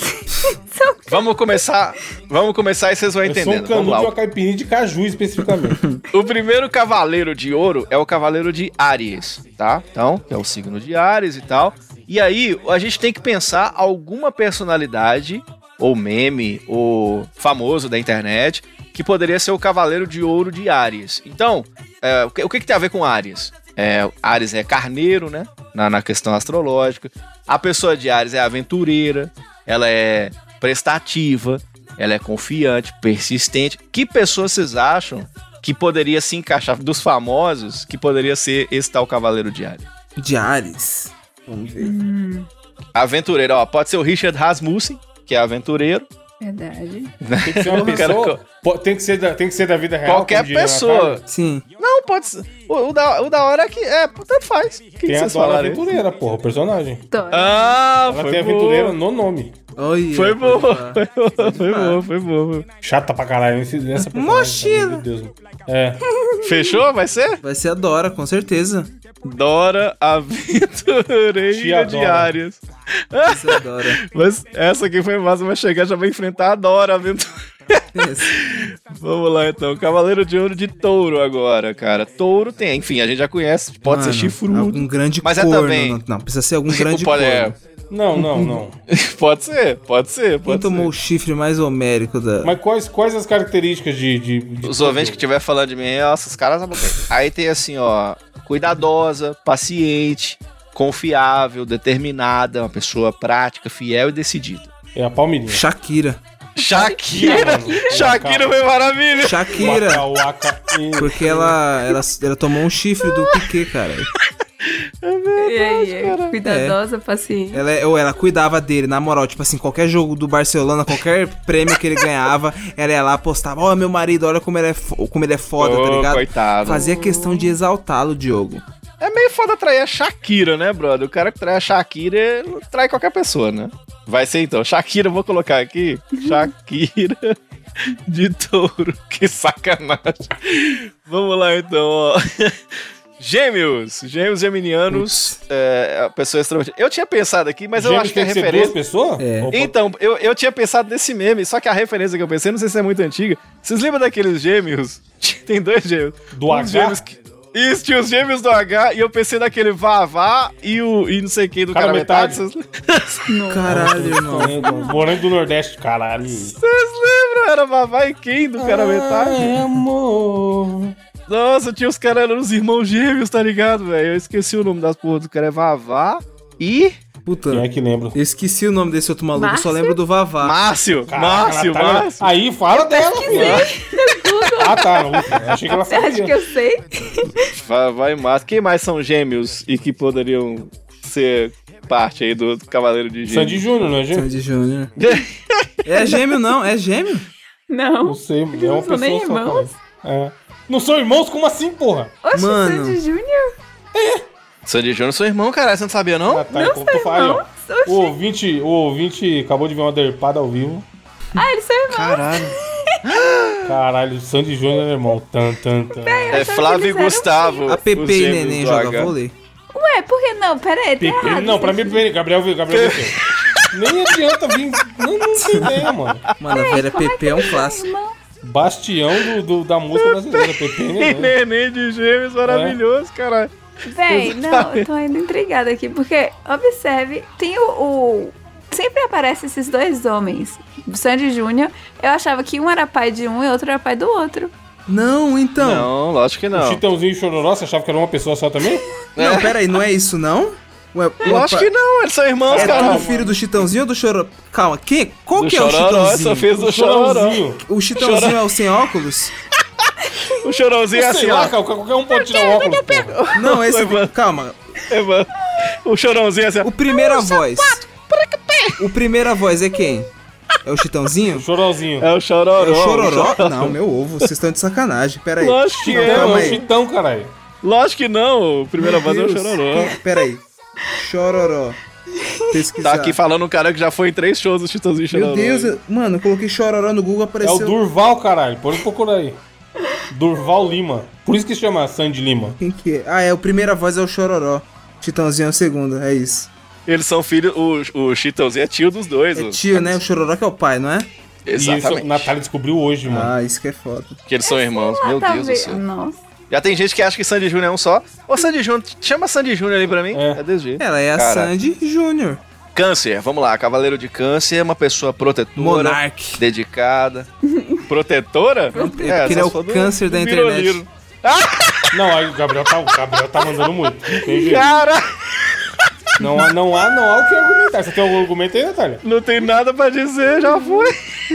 Vamos começar e vocês vão entendendo. Eu sou um canudo de uma caipirinha de caju, especificamente. O primeiro Cavaleiro de Ouro é o Cavaleiro de Áries, tá? Então, que é o signo de Áries e tal. E aí, a gente tem que pensar alguma personalidade, ou meme, ou famoso da internet, que poderia ser o Cavaleiro de Ouro de Áries. Então, o que tem a ver com Áries? Áries é carneiro, né? Na questão astrológica. A pessoa de Áries é aventureira, ela é prestativa, ela é confiante, persistente. Que pessoa vocês acham que poderia se encaixar, dos famosos, que poderia ser esse tal Cavaleiro de Áries? De Áries. Vamos ver. Aventureiro, pode ser o Richard Rasmussen, que é aventureiro. Verdade. Tem que ser uma pessoa. Tem que ser da vida real. Qualquer pessoa. Sim. Não, pode ser. O da hora é que. Tanto faz. Tem a Dora Aventureira, porra, o personagem. Ela tem aventureira no nome. Oi, foi boa. Foi boa. Chata pra caralho nessa personagem. Mochila. Meu Deus. Fechou? Vai ser? Vai ser a Dora, com certeza. Dora Aventureira de Áries. Mas essa aqui foi massa, vai chegar, já vai enfrentar a Dora Aventureira. Vamos lá então, Cavaleiro de Ouro de Touro agora, cara. Touro tem, enfim, a gente já conhece, pode ser chifrudo. Algum grande mas corno, também. Não, precisa ser algum grande corno. Não. Pode ser. Quem tomou o chifre mais homérico da... Mas quais as características de os ouvintes que estiver falando de mim, nossa, os caras... Aí tem assim, cuidadosa, paciente, confiável, determinada, uma pessoa prática, fiel e decidida. É a Palmeirinha. Shakira foi maravilha. Shakira. Porque ela tomou um chifre do Piquet, cara. Cuidadosa, paciente. Ela cuidava dele, na moral, tipo assim, qualquer jogo do Barcelona, qualquer prêmio que ele ganhava, ela ia lá, postava, meu marido, olha como ele é foda, tá ligado? Coitado. Fazia questão de exaltá-lo, Diogo. É meio foda trair a Shakira, né, brother? O cara que trai a Shakira, ele trai qualquer pessoa, né? Vai ser então, Shakira, vou colocar aqui, Shakira de Touro, que sacanagem. Vamos lá então, Gêmeos geminianos, a pessoa extremamente... Eu tinha pensado aqui, mas eu acho que a referência... Duas pessoas? Então, eu tinha pensado nesse meme, só que a referência que eu pensei, não sei se é muito antiga. Vocês lembram daqueles gêmeos? Tem dois gêmeos. Do H? Isso, tinha os gêmeos do H, e eu pensei naquele Vavá e não sei quem do cara metade. Caralho, irmão. Morando do Nordeste, caralho. Vocês lembram? Era Vavá e quem do cara metade? Amor... Nossa, tinha os caras, eram os irmãos gêmeos, tá ligado, velho? Eu esqueci o nome das porra do cara, é Vavá e... Puta, quem é que lembra? Eu esqueci o nome desse outro maluco, eu só lembro do Vavá. Márcio. Aí, fala dela. Tá, não. Achei que ela sabia. Você acha que eu sei? Vavá e Márcio. Quem mais são gêmeos e que poderiam ser parte aí do Cavaleiro de Gêmeos? Sandy Júnior, não é gêmeo? Sandy Júnior. É gêmeo, não? É gêmeo? Não. Não sei, é uma pessoa nem só. Irmãos? Não são irmãos? Como assim, porra? Oxe, mano. Sandy Júnior? Sandy Júnior são irmão, cara. Você não sabia, não? Não são irmãos. O ouvinte acabou de ver uma derpada ao vivo. Ah, eles são irmãos. Caralho. Caralho, Sandy Júnior, irmão. É Flávio e Gustavo. A Pepe e Neném joga vôlei. Ué, por que não? Pera aí, tá errado. Não, pra mim, Gabriel viu. Nem adianta vir. Não tem ideia, mano. Mano, a velha Pepe é um clássico. Bastião da música brasileira, Pepe e Neném. Neném de gêmeos, maravilhoso, caralho. Véi, não, eu tô ainda intrigada aqui, porque, observe, tem o sempre aparecem esses dois homens. O Sandy Júnior, eu achava que um era pai de um e outro era pai do outro. Não, então. Não, lógico que não. O Chitãozinho e o Chororó, você achava que era uma pessoa só também? Não, pera aí, não é isso, não? Ué, Lógico que não, eles são irmãos, é cara. tudo filho do Chitãozinho ou do Chororó? Calma, qual do que Chororó, é o Chitãozinho? só fez o Chororó. O Chitãozinho é o sem óculos? O Chorãozinho é assim, ó. Qualquer um pode tirar o óculos, porra. Não, esse... Calma. O Chorãozinho é assim, ó. O primeira voz. O primeira voz é quem? É o Chitãozinho? O Chororzinho. É o Chororó. É o Chororó? Não, meu ovo, vocês estão de sacanagem. Pera aí. Lógico que É calma o aí. Chitão, caralho. Lógico que não. O primeira voz é o Deus. Chororó. Pera aí. Chororó. Pesquisar. Tá aqui falando um cara que já foi em 3 shows do Chitãozinho e Chororó. Meu Deus, mano, eu coloquei Chororó no Google, É apareceu... o Durval, caralho. Pode procurar aí. Durval Lima. Por isso que se chama Sandy Lima. Quem que é? Ah, é, o primeira voz é o Chororó. Chitãozinho é o segundo, é isso. Eles são filhos... O Chitãozinho é tio dos dois. É tio, né? O Chororó que é o pai, não é? E isso Exatamente. Natália descobriu hoje, mano. Ah, isso que é foda. Que eles são irmãos. Meu Deus do céu. Nossa. Já tem gente que acha que Sandy Júnior é um só. Ô, Sandy Júnior, chama Sandy Júnior ali pra mim. É. É desse jeito. Ela é a Cara. Sandy Júnior. Câncer, vamos lá. Cavaleiro de Câncer, uma pessoa protetora. Monark. Dedicada. Protetora? Porque ele é só o se for câncer da Biroliro. internet. Não, aí o Gabriel tá mandando muito. Não tem jeito. Cara, Não há o que argumentar. Você tem algum argumento aí, Natália? não tem nada pra dizer, já foi.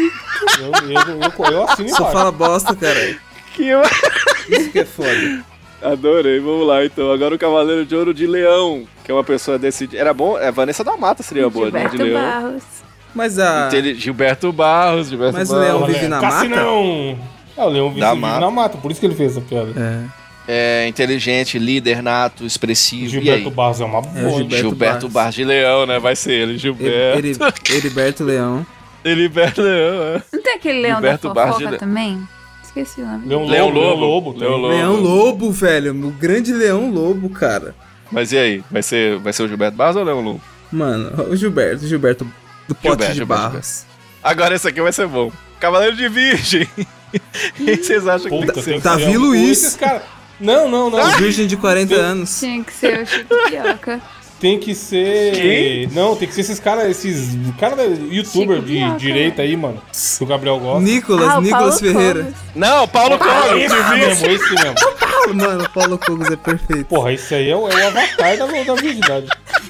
Eu assino Só embaixo. fala bosta, cara. Que eu... Isso que é foda. Adorei, vamos lá então. Agora o Cavaleiro de Ouro de Leão, que é uma pessoa decidida. Era bom? É Vanessa da Mata seria boa, né? De Gilberto Leão. Barros. Mas a... Gilberto Barros. Mas o Leão vive na mata? Cassinão. É, o Leão vive Da na mata, por isso que ele fez essa piada. É. É inteligente, líder nato, expressivo. Gilberto e aí? Barros é uma É o boa. Gilberto Gilberto Barros de Leão, né? Vai ser ele, Gilberto. Heriberto Leão. Heriberto Leão, é. Não tem aquele leão Gilberto da Barros fofoca de- também? Esqueci o nome. Leão Lobo. Leão Lobo, velho. O grande Leão Lobo, cara. Mas e aí? Vai ser o Gilberto Barros ou o Leão Lobo? Mano, o Gilberto do pote de Gilberto. Barros. Agora esse aqui vai ser bom. Cavaleiro de Virgem. Quem vocês acham que Puta, tem que tem ser? que Davi ser Luiz. Esses cara... Não. O virgem de 40 anos. Tinha que ser o Chico Pioca. Tem que ser... Quem? Não, tem que ser esses caras youtuber Chico de Pioca, direita aí, mano. Que o Gabriel gosta. o Nicolas Paulo Ferreira. Cogos. Não, Paulo Cogos de Virgem. Esse mesmo. Mano, o Paulo Cogos é perfeito. Porra, esse aí é o avatar da virgindade.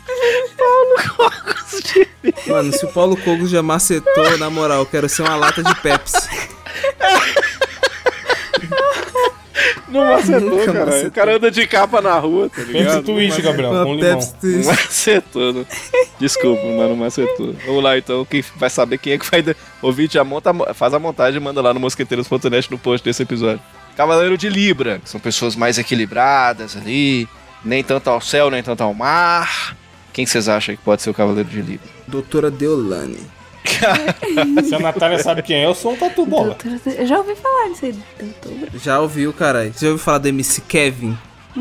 Mano, se o Paulo Cogos já macetou, na moral, eu quero ser uma lata de Pepsi. Não macetou, Nunca cara. macetou. O cara anda de capa na rua, tá Pepsi ligado? Twist, Gabriel, com Uma limão. Pepsi Não Twist. macetou, né? Desculpa, mas não macetou. Vamos lá, então. Quem vai saber quem é que vai ouvir, já faz a montagem e manda lá no mosqueteiros.net no post desse episódio. Cavaleiro de Libra, que são pessoas mais equilibradas ali, nem tanto ao céu, nem tanto ao mar. Quem vocês acham que pode ser o Cavaleiro de Libra? Doutora Deolane. Se a Natália sabe quem é, eu sou um tatu bola. Eu já ouvi falar disso aí de outubro. Já ouviu, caralho? Você já ouviu falar do MC Kevin?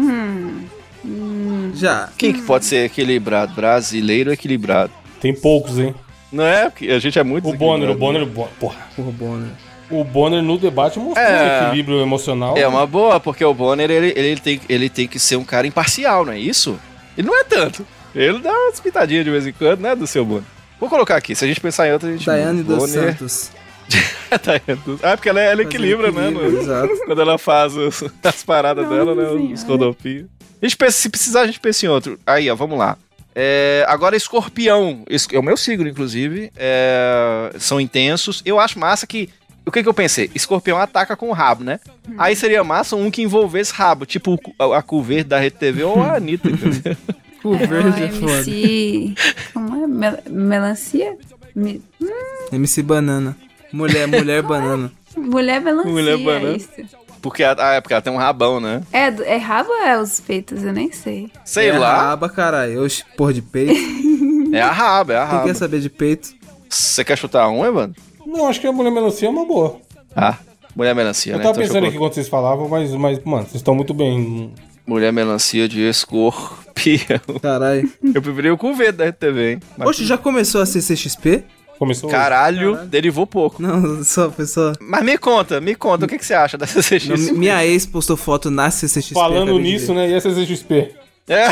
Já. Quem que pode ser equilibrado? Brasileiro equilibrado. Tem poucos, hein? Não é? Porque a gente é muito O Bonner, desequilibrado. porra. Porra, Bonner. O Bonner no debate mostrou É. um equilíbrio emocional. É uma boa, porque o Bonner, ele tem que ser um cara imparcial, não é isso? Ele não é tanto. Ele dá umas pitadinhas de vez em quando, né, do seu Bonner. Vou colocar aqui, se a gente pensar em outra, a gente... Daiane dos Bonner- Santos. Daiane dos... Ah, porque ela equilibra, né? Exato. Quando ela faz as paradas Nossa dela, né? Senhora. Os rodopios. A gente pensa, se precisar, a gente pensa em outro. Aí, ó, vamos lá. Agora, Escorpião. É o meu signo, inclusive. São intensos. Eu acho massa que... O que eu pensei? Escorpião ataca com o rabo, né? Aí seria massa um que envolvesse rabo. Tipo a Cu Verde da Rede TV ou a Anitta, entendeu? O verde é foda. MC... Como é? Melancia? MC Banana. Mulher Banana. Mulher melancia, Mulher banana. isso. Porque porque ela tem um rabão, né? É rabo ou é os peitos? Eu nem sei. Sei é lá. Raba, caralho. Oxe, porra de peito. É a raba, é a Quem raba. quer saber de peito? Você quer chutar um, Evandro? Não, acho que a mulher melancia é uma boa. Ah, mulher melancia, Eu né? tava Então, pensando deixa eu aqui quando vocês falavam, mas, mano, vocês estão muito bem. Mulher melancia de escorpião. Caralho. Eu preferi o com V da RTV, hein? Mas- Oxe, já começou a CCXP? Começou. Caralho, derivou pouco. Não, só foi só... Mas me conta, o que você acha da CCXP? Não, minha ex postou foto na CCXP. Falando acabei de nisso, ver. né? E essa CXP? É.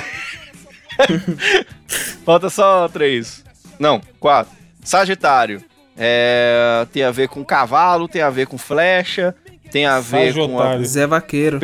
Falta só 3. Não, 4. Sagitário. Tem a ver com cavalo, tem a ver com flecha, tem a ver com a Sagitário. Zé Vaqueiro.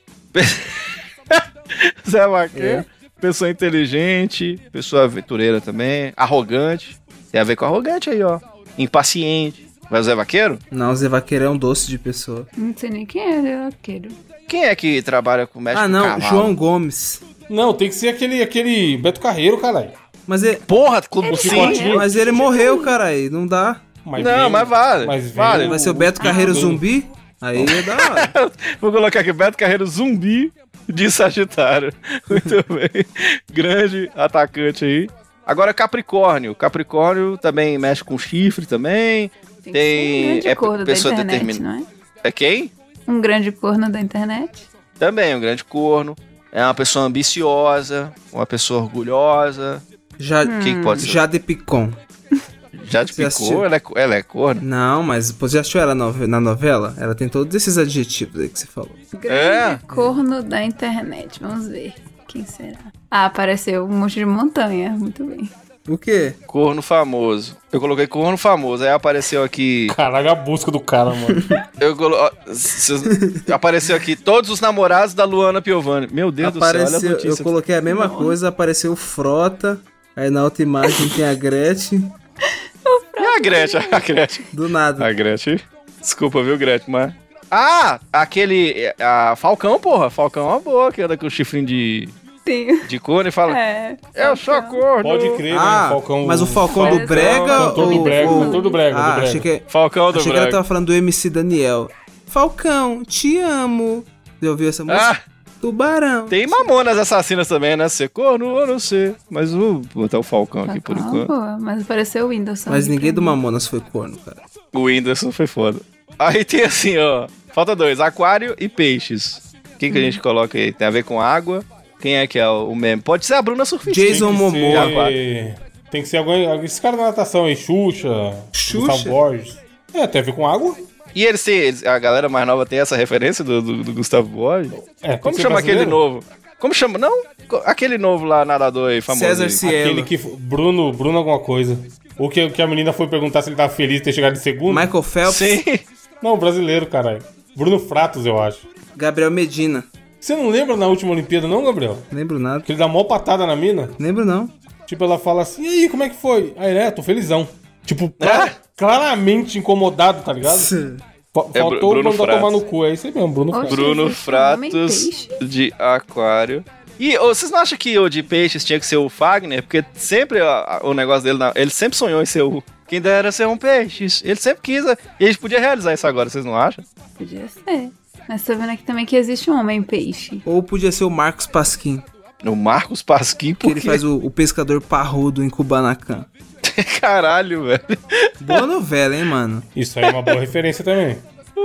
Zé Vaqueiro. Pessoa inteligente, pessoa aventureira também, arrogante. Tem a ver com arrogante aí, ó. Impaciente. Vai o Zé Vaqueiro? Não, o Zé Vaqueiro é um doce de pessoa. Não sei nem quem é Zé Vaqueiro. Quem é que trabalha com mexe Ah, com não, cavalo? João Gomes. Não, tem que ser aquele Beto Carreiro, caralho. Mas ele, Porra, como O sim? chicotinho. mas ele morreu, caralho. Não dá. Mas Não, vem- mas vale, Mas vale. vem Vai ser o Beto Carreiro zumbi? Aí é da hora. Vou colocar aqui Beto Carreiro zumbi de Sagitário. Muito bem. Grande atacante aí. Agora Capricórnio. Capricórnio também mexe com chifre também. Tem Tem- que ser um grande é corno da pessoa internet, determin- não é? É quem? Um grande corno da internet. Também um grande corno. É uma pessoa ambiciosa, uma pessoa orgulhosa. Já, Quem que pode ser? Jade Picon. Já te Você assistiu? picou? Ela é corno? Não, mas você já assistiu ela na novela? Ela tem todos esses adjetivos aí que você falou. Grande corno da internet. Vamos ver. Quem será? Ah, apareceu um monte de montanha. Muito bem. O quê? Corno famoso. Eu coloquei corno famoso, aí apareceu aqui. Caralho, a busca do cara, mano. Apareceu aqui todos os namorados da Luana Piovani. Meu Deus do céu, olha a Apareceu, notícia. eu coloquei a mesma coisa, apareceu o Frota. Aí na outra imagem tem a Gretchen. E a Gretchen? A Gretchen. Do nada. A Gretchen. Desculpa, viu, Gretchen, mas. Ah! Aquele. A Falcão, porra. Falcão é uma boa, que anda com o chifrinho Tem. de corno e fala. É. Eu sou corno. Pode crer, Ah, né? Falcão. mas o Falcão do Brega Cantor do Brega, cantor do Brega, Ah, do Brega. achei que, Falcão do achei que ela Brega. tava falando do MC Daniel. Falcão, te amo. Você ouviu essa música? Ah, Tubarão. tem Mamonas Assassinas também, né? Ser corno ou não ser. Mas vou botar o Falcão aqui por Falcão, enquanto. boa, mas apareceu o Windows. Mas também ninguém pra do mim. Mamonas foi corno, cara. O Whindersson foi foda. Aí tem assim, ó. Falta 2, aquário e peixes. Quem que a gente coloca aí? Tem a ver com água. Quem é que é o meme? Pode ser a Bruna Surfista. Jason Tem que Momoa. ser- Tem que ser alguém. Esse cara da natação aí, Xuxa. Xuxa? Gustavo Borges. Tem a ver com água? E a galera mais nova tem essa referência do Gustavo Borges? Tem Como que ser chama aquele brasileiro? novo? Como chama? Não? Aquele novo lá, nadador aí, famoso. César aí. Cielo. Aquele que. Bruno alguma coisa. O que a menina foi perguntar se ele tava feliz de ter chegado em segundo? Michael Phelps. Sim. Não, brasileiro, caralho. Bruno Fratos, eu acho. Gabriel Medina. Você não lembra na última Olimpíada, não, Gabriel? Lembro nada. Que ele dá mó patada na mina? Lembro não. Tipo, ela fala assim, e aí, como é que foi? Aí, tô felizão. Tipo, Ah. claramente incomodado, tá ligado? Faltou Bruno mandar Fratos. tomar no cu, é isso aí mesmo, Bruno Oxe. Fratos. Bruno Existe um homem Fratos peixe? de aquário. E vocês não acham que o de peixes tinha que ser o Fagner? Porque sempre o negócio dele, ele sempre sonhou em ser o... Quem dera ser um peixe. Ele sempre quis. E a gente podia realizar isso agora, vocês não acham? Podia ser. Mas tô vendo aqui também que existe um homem peixe. Ou podia ser o Marcos Pasquim. O Marcos Pasquim, Que ele porque... faz o pescador parrudo em Kubanacan. Caralho, velho. Boa novela, hein, mano? Isso aí é uma boa referência também.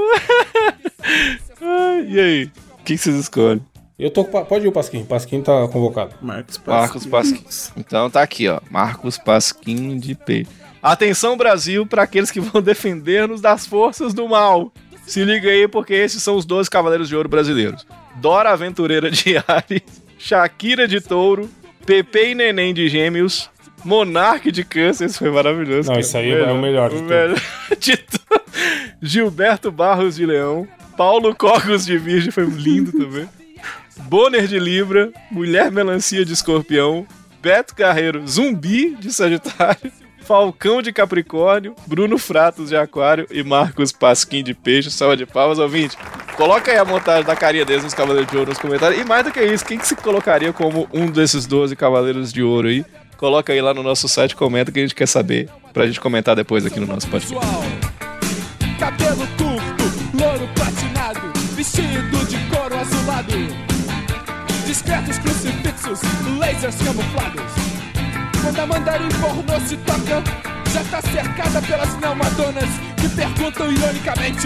Ai, e aí? O que vocês escolhem? Eu tô com... Pode ir o Pasquim. Pasquim tá convocado. Marcos Marcos Pasquim. Então tá aqui, ó. Marcos Pasquim de peixe. Atenção, Brasil, para aqueles que vão defender-nos das forças do mal. Se liga aí, porque esses são os 12 Cavaleiros de Ouro brasileiros. Dora Aventureira de Ares, Shakira de Touro, Pepe e Neném de Gêmeos, Monarque de Câncer, isso foi maravilhoso. Não, cara. isso aí é o melhor de O todos. melhor de todos. Gilberto Barros de Leão, Paulo Cogos de Virgem, foi lindo também. Bonner de Libra, Mulher Melancia de Escorpião, Beto Carreiro Zumbi de Sagitário, Falcão de Capricórnio, Bruno Fratos de Aquário e Marcos Pasquim de Peixe. Salva de palmas, ouvinte. Coloca aí a montagem da carinha deles nos Cavaleiros de Ouro nos comentários. E mais do que isso, quem que se colocaria como um desses 12 Cavaleiros de Ouro aí? Coloca aí lá no nosso site, comenta que a gente quer saber, pra gente comentar depois aqui no nosso podcast. Pessoal, cabelo curto, louro platinado, vestido de couro azulado, discretos crucifixos, lasers camuflados, quando a mandarim pornô se toca, já tá cercada pelas neomadonas que perguntam ironicamente: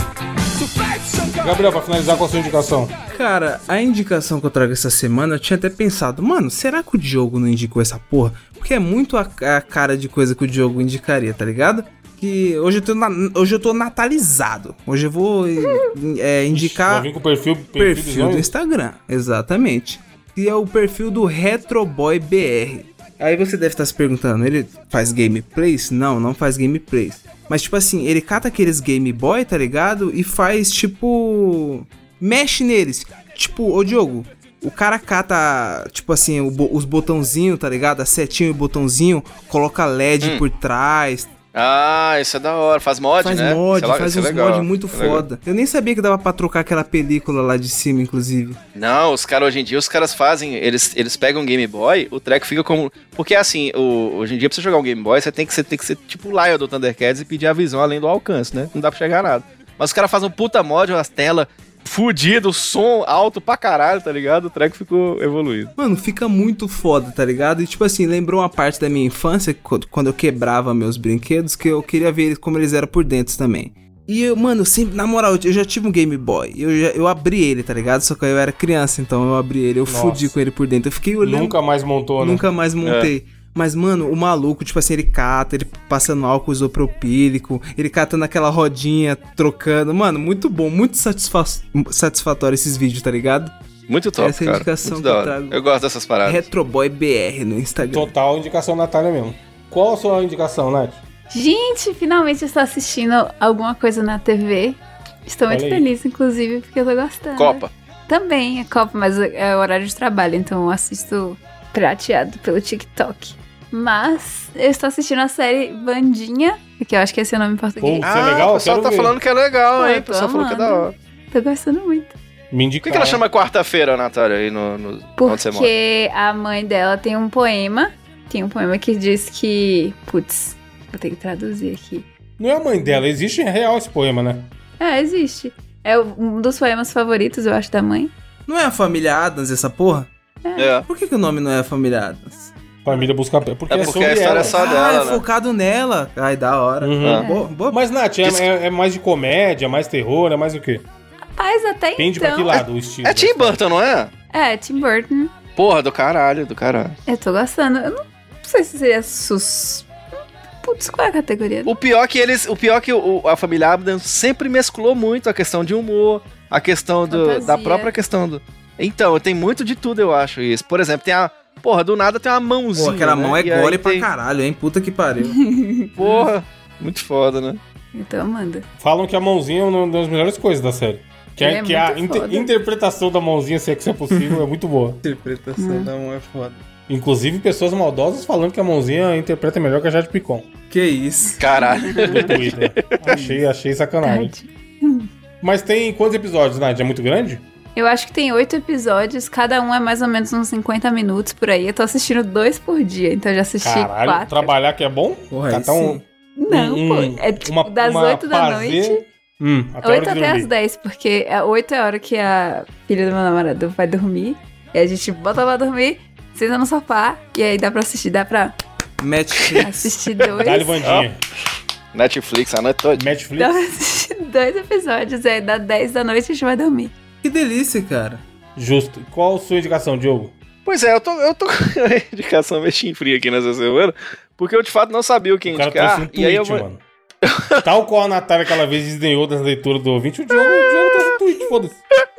Gabriel, pra finalizar com a sua indicação. Cara, a indicação que eu trago essa semana, eu tinha até pensado, mano, será que o Diogo não indicou essa porra? Porque é muito a cara de coisa que o Diogo indicaria, tá ligado? Que hoje eu tô natalizado. Hoje eu vou indicar Vai vir com o perfil do Instagram, exatamente. Que é o perfil do RetroBoyBR. Aí você deve estar se perguntando, ele faz gameplays? Não faz gameplays. Mas tipo assim, ele cata aqueles Game Boy, tá ligado? E faz tipo... mexe neles. Tipo, ô Diogo, o cara cata, tipo assim, os botãozinhos, tá ligado? A setinha e o botãozinho, coloca LED por trás. Ah, isso é da hora. Faz mod, né? Faz uns mod muito foda. Eu nem sabia que dava pra trocar aquela película lá de cima, inclusive. Não, os caras hoje em dia, os caras fazem... Eles pegam um Game Boy, o treco fica como... Porque assim, hoje em dia, pra você jogar um Game Boy, você tem que ser tipo o Lion do Thundercats e pedir a visão além do alcance, né? Não dá pra chegar nada. Mas os caras fazem um puta mod, as telas fudido, som alto pra caralho, tá ligado? O treco ficou evoluído. Mano, fica muito foda, tá ligado? E tipo assim, lembrou uma parte da minha infância, quando eu quebrava meus brinquedos, que eu queria ver como eles eram por dentro também. E eu, mano, sempre, na moral, eu já tive um Game Boy, eu abri ele, tá ligado? Só que eu era criança, então eu abri ele, fudi com ele por dentro. Eu fiquei olhando... Nunca mais montou, né? Nunca mais montei. Mas, mano, o maluco, tipo assim, ele cata, ele passando álcool isopropílico, ele catando aquela rodinha, trocando. Mano, muito bom, muito satisfatório esses vídeos, tá ligado? Muito top, essa é a indicação muito que eu trago. Eu gosto dessas paradas. RetroBoyBR no Instagram. Total indicação Natália mesmo. Qual a sua indicação, Nath? Gente, finalmente eu estou assistindo alguma coisa na TV. Estou muito feliz, inclusive, porque eu tô gostando. Copa. Também é Copa, mas é horário de trabalho, então eu assisto prateado pelo TikTok. Mas eu estou assistindo a série Vandinha, que eu acho que esse é o nome em português. Pô, isso é legal? O pessoal tá falando que é legal, hein? O pessoal falou que é da hora. Tô gostando muito. Me indicar. Por que ela chama quarta-feira, Natália, aí no onde você mora? Porque a mãe dela tem um poema. Tem um poema que diz que... Putz, vou ter que traduzir aqui. Não é a mãe dela, existe em real esse poema, né? É, existe. É um dos poemas favoritos, eu acho, da mãe. Não é a família Addams essa porra? É. Por que o nome não é a família Addams? Família busca... Porque a história ela. é só dela, né? Focado nela. Ai, da hora. Boa. Mas, Nath, é mais de comédia, mais terror, é mais o quê? Rapaz, até Depende então... pra que lado o estilo. É Tim Burton, não é? É, Tim Burton. Porra, do caralho. Eu tô gostando. Eu não sei se seria Putz, qual é a categoria? O pior que a família Addams sempre mesclou muito a questão de humor, a questão da própria questão do... Então, tem muito de tudo, eu acho, isso. Por exemplo, tem a... Porra, do nada tem uma mãozinha. Pô, aquela mão é gore pra tem... caralho, hein? Puta que pariu. Porra, muito foda, né? Então, manda. Falam que a mãozinha é uma das melhores coisas da série. Que a interpretação da mãozinha, se é que é possível, é muito boa. A interpretação da mão é foda. Inclusive, pessoas maldosas falando que a mãozinha interpreta melhor que a Jade Picon. Que isso? Caralho. No Twitter. achei sacanagem. Mas tem quantos episódios, Nath? É muito grande? Eu acho que tem 8 episódios, cada um é mais ou menos uns 50 minutos por aí. Eu tô assistindo 2 por dia, então eu já assisti 4. Trabalhar que é bom? Porra, Catar Não, pô. É tipo das 8 da noite. 8 até as 10, porque 8 é a hora que a filha do meu namorado vai dormir. E a gente bota ela pra dormir, senta no sofá, e aí dá pra assistir, dá pra assistir 2. Dá-lhe Vandinha. Netflix, a noite toda. Netflix. Dá pra assistir 2 episódios, aí dá 10 da noite e a gente vai dormir. Que delícia, cara. Justo. Qual a sua indicação, Diogo? Pois é, eu tô com a indicação meio chinfria aqui nessa semana, porque eu de fato não sabia o que indicar. Trouxe um tweet, e aí eu vou... mano. Tal qual a Natália aquela vez desdenhou das leituras do ouvinte, o Diogo trouxe um tweet, foda-se.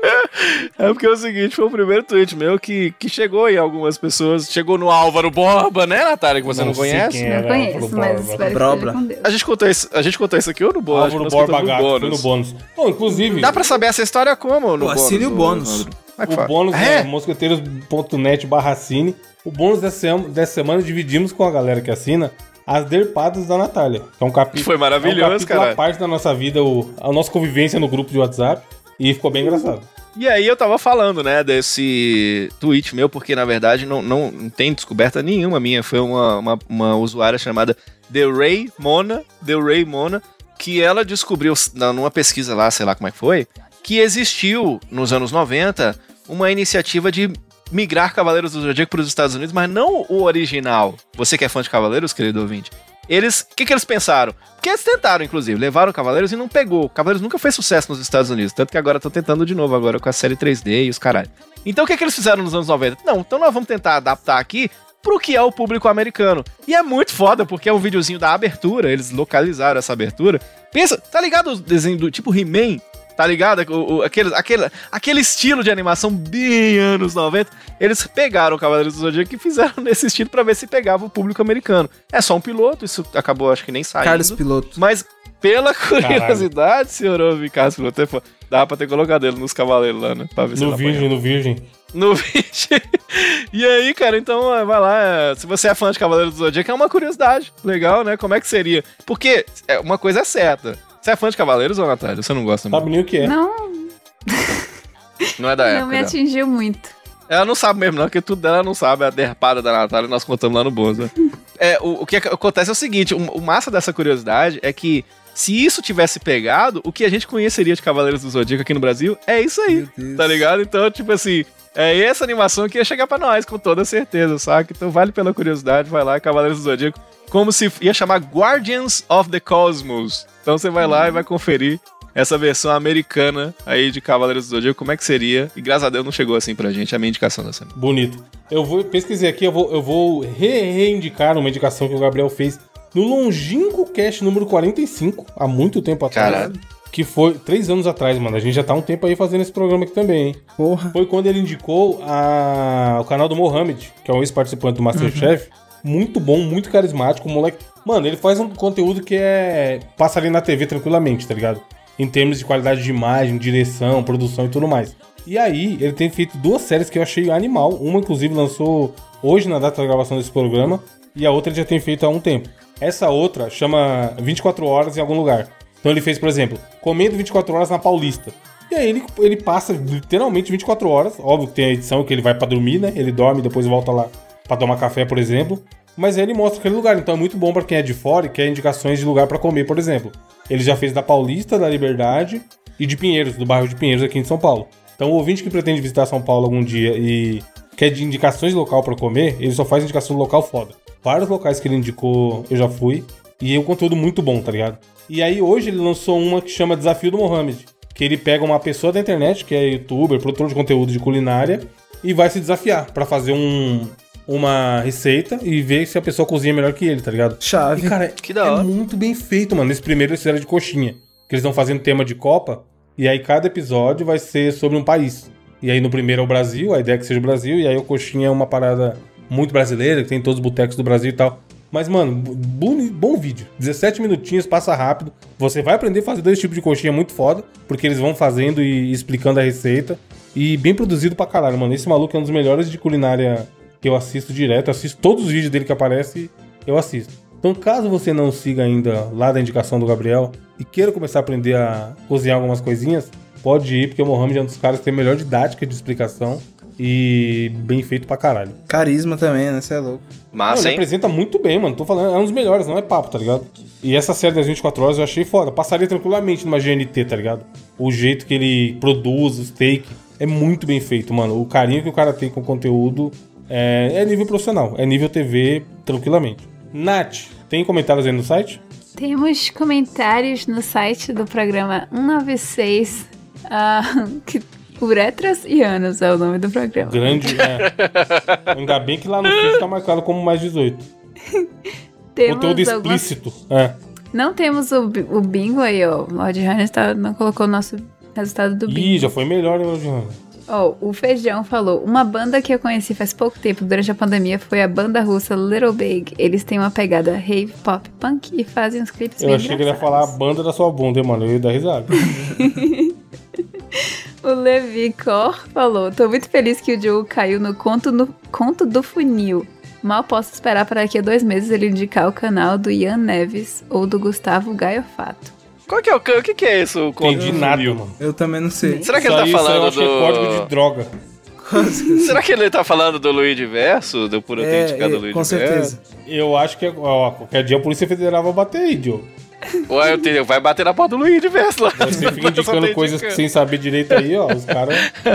É porque é o seguinte, foi o primeiro tweet meu que chegou em algumas pessoas. Chegou no Álvaro Borba, né, Natália, que você não conhece? Não conheço, mas espero que esteja com Deus. A gente contou isso aqui ou no bônus? Álvaro Borba Gato, foi no bônus. Bom, inclusive... Dá pra saber essa história como no bônus? Assine o bônus. O bônus é mosqueteiros.net/cine. O bônus dessa semana dividimos com a galera que assina as derpadas da Natália. Que é um capítulo... Foi maravilhoso, cara. É parte da nossa vida, a nossa convivência no grupo de WhatsApp. E ficou bem engraçado. E aí eu tava falando, né, desse tweet meu, porque na verdade não tem descoberta nenhuma minha. Foi uma usuária chamada The Ray Mona, que ela descobriu numa pesquisa lá, sei lá como é que foi, que existiu nos anos 90 uma iniciativa de migrar Cavaleiros do Zodíaco para os Estados Unidos, mas não o original. Você que é fã de Cavaleiros, querido ouvinte. O que eles pensaram? Porque eles tentaram, inclusive, levaram Cavaleiros e não pegou. Cavaleiros nunca fez sucesso nos Estados Unidos, tanto que agora estão tentando de novo, agora com a série 3D e os caralho. Então o que eles fizeram nos anos 90? Não, então nós vamos tentar adaptar aqui pro que é o público americano. E é muito foda, porque é um videozinho da abertura, eles localizaram essa abertura. Pensa, tá ligado o desenho do tipo He-Man? Tá ligado? Aquele estilo de animação bem anos 90. Eles pegaram o Cavaleiros do Zodíaco e fizeram nesse estilo pra ver se pegava o público americano. É só um piloto, isso acabou, acho que nem saindo. Carlos Piloto. Mas, pela curiosidade, senhor ouve Carlos Piloto, dá pra ter colocado ele nos Cavaleiros lá, né? Pra ver se no Virgem. No Virgem. E aí, cara, então vai lá. Se você é fã de Cavaleiros do Zodíaco, é uma curiosidade. Legal, né? Como é que seria? Porque uma coisa é certa. Você é fã de Cavaleiros ou, Natália? Você não gosta muito? Sabe nem o que é. Não. Não é da época. Não me atingiu muito. Ela não sabe mesmo, não, porque tudo dela não sabe. A derpada da Natália nós contamos lá no Bonza. O que acontece é o seguinte: o massa dessa curiosidade é que se isso tivesse pegado, o que a gente conheceria de Cavaleiros do Zodíaco aqui no Brasil é isso aí, tá ligado? Então, tipo assim, é essa animação que ia chegar pra nós, com toda certeza, saca? Então vale pela curiosidade, vai lá, Cavaleiros do Zodíaco, como se ia chamar Guardians of the Cosmos. Então você vai lá e vai conferir essa versão americana aí de Cavaleiros do Zodíaco, como é que seria. E graças a Deus não chegou assim pra gente, a minha indicação da semana. Bonito. Eu vou pesquisar aqui, eu vou reivindicar uma indicação que o Gabriel fez no longínquo cast número 45, há muito tempo atrás. Caralho. Que foi 3 anos atrás, mano. A gente já tá um tempo aí fazendo esse programa aqui também, hein? Porra. Foi quando ele indicou o canal do Mohamed, que é um ex-participante do Masterchef. Muito bom, muito carismático, moleque. Mano, ele faz um conteúdo que passa ali na TV tranquilamente, tá ligado? Em termos de qualidade de imagem, direção, produção e tudo mais. E aí, ele tem feito 2 séries que eu achei animal. Uma, inclusive, lançou hoje na data da gravação desse programa. E a outra ele já tem feito há um tempo. Essa outra chama 24 Horas em Algum Lugar. Então ele fez, por exemplo, Comendo 24 Horas na Paulista. E aí ele passa literalmente 24 horas. Óbvio que tem a edição que ele vai pra dormir, né? Ele dorme e depois volta lá pra tomar café, por exemplo. Mas aí ele mostra aquele lugar. Então é muito bom pra quem é de fora e quer indicações de lugar pra comer, por exemplo. Ele já fez da Paulista, da Liberdade e de Pinheiros, do bairro de Pinheiros aqui em São Paulo. Então o ouvinte que pretende visitar São Paulo algum dia e quer de indicações de local pra comer, ele só faz indicação de local foda. Vários locais que ele indicou eu já fui. E é um conteúdo muito bom, tá ligado? E aí hoje ele lançou uma que chama Desafio do Mohamed. Que ele pega uma pessoa da internet, que é youtuber, produtor de conteúdo de culinária, e vai se desafiar pra fazer uma receita e ver se a pessoa cozinha melhor que ele, tá ligado? Chave. E, cara, Que da hora. é muito bem feito, mano. Nesse primeiro eles fizeram de coxinha. Que eles estão fazendo tema de Copa. E aí cada episódio vai ser sobre um país. E aí no primeiro é o Brasil, a ideia é que seja o Brasil. E aí o coxinha é uma parada muito brasileira, que tem todos os botecos do Brasil e tal. Mas, mano, bom vídeo. 17 minutinhos, passa rápido. Você vai aprender a fazer 2 tipos de coxinha muito foda, porque eles vão fazendo e explicando a receita. E bem produzido pra caralho, mano. Esse maluco é um dos melhores de culinária que eu assisto direto. Assisto todos os vídeos dele que aparece, eu assisto. Então, caso você não siga ainda lá da indicação do Gabriel e queira começar a aprender a cozinhar algumas coisinhas, pode ir, porque o Mohamed é um dos caras que tem a melhor didática de explicação. E bem feito pra caralho. Carisma também, né? Você é louco. Massa, ele hein? apresenta muito bem, mano. Tô falando, é um dos melhores, não é papo, tá ligado? E essa série das 24 horas eu achei foda. Passaria tranquilamente numa GNT, tá ligado? O jeito que ele produz, os take, é muito bem feito, mano. O carinho que o cara tem com o conteúdo é nível profissional. É nível TV, tranquilamente. Nath, tem comentários aí no site? Temos comentários no site do programa 196, Uretras e Anos é o nome do programa. Grande, Ainda bem que lá no vídeo tá marcado como mais 18. Conteúdo explícito. Não temos o bingo aí, ó. O Lord Hannes não colocou o nosso resultado do bingo. Ih, já foi melhor, hein, Lord Hannes? O Feijão falou, uma banda que eu conheci faz pouco tempo durante a pandemia foi a banda russa Little Big. Eles têm uma pegada rave, pop, punk e fazem uns clipes bem engraçados. Eu achei que ele ia falar a banda da sua bunda, hein, mano? Eu ia dar risada. O Levi Cor falou, tô muito feliz que o Diogo caiu no conto do funil. Mal posso esperar para daqui a 2 meses ele indicar o canal do Ian Neves ou do Gustavo Gaiofato. Qual que é o que é isso? Entendi nada, mano. Eu também não sei. Será que ele tá falando do... código de droga. Será que ele tá falando do Luigi Verso? Do Por Autêntica do Luigi Verso? Com certeza. Eu acho que qualquer dia a Polícia Federal vai bater aí, Diogo. Ué, vai bater na porta do Luigi Verso lá. Você fica indicando coisas sem saber direito aí, ó. Os caras...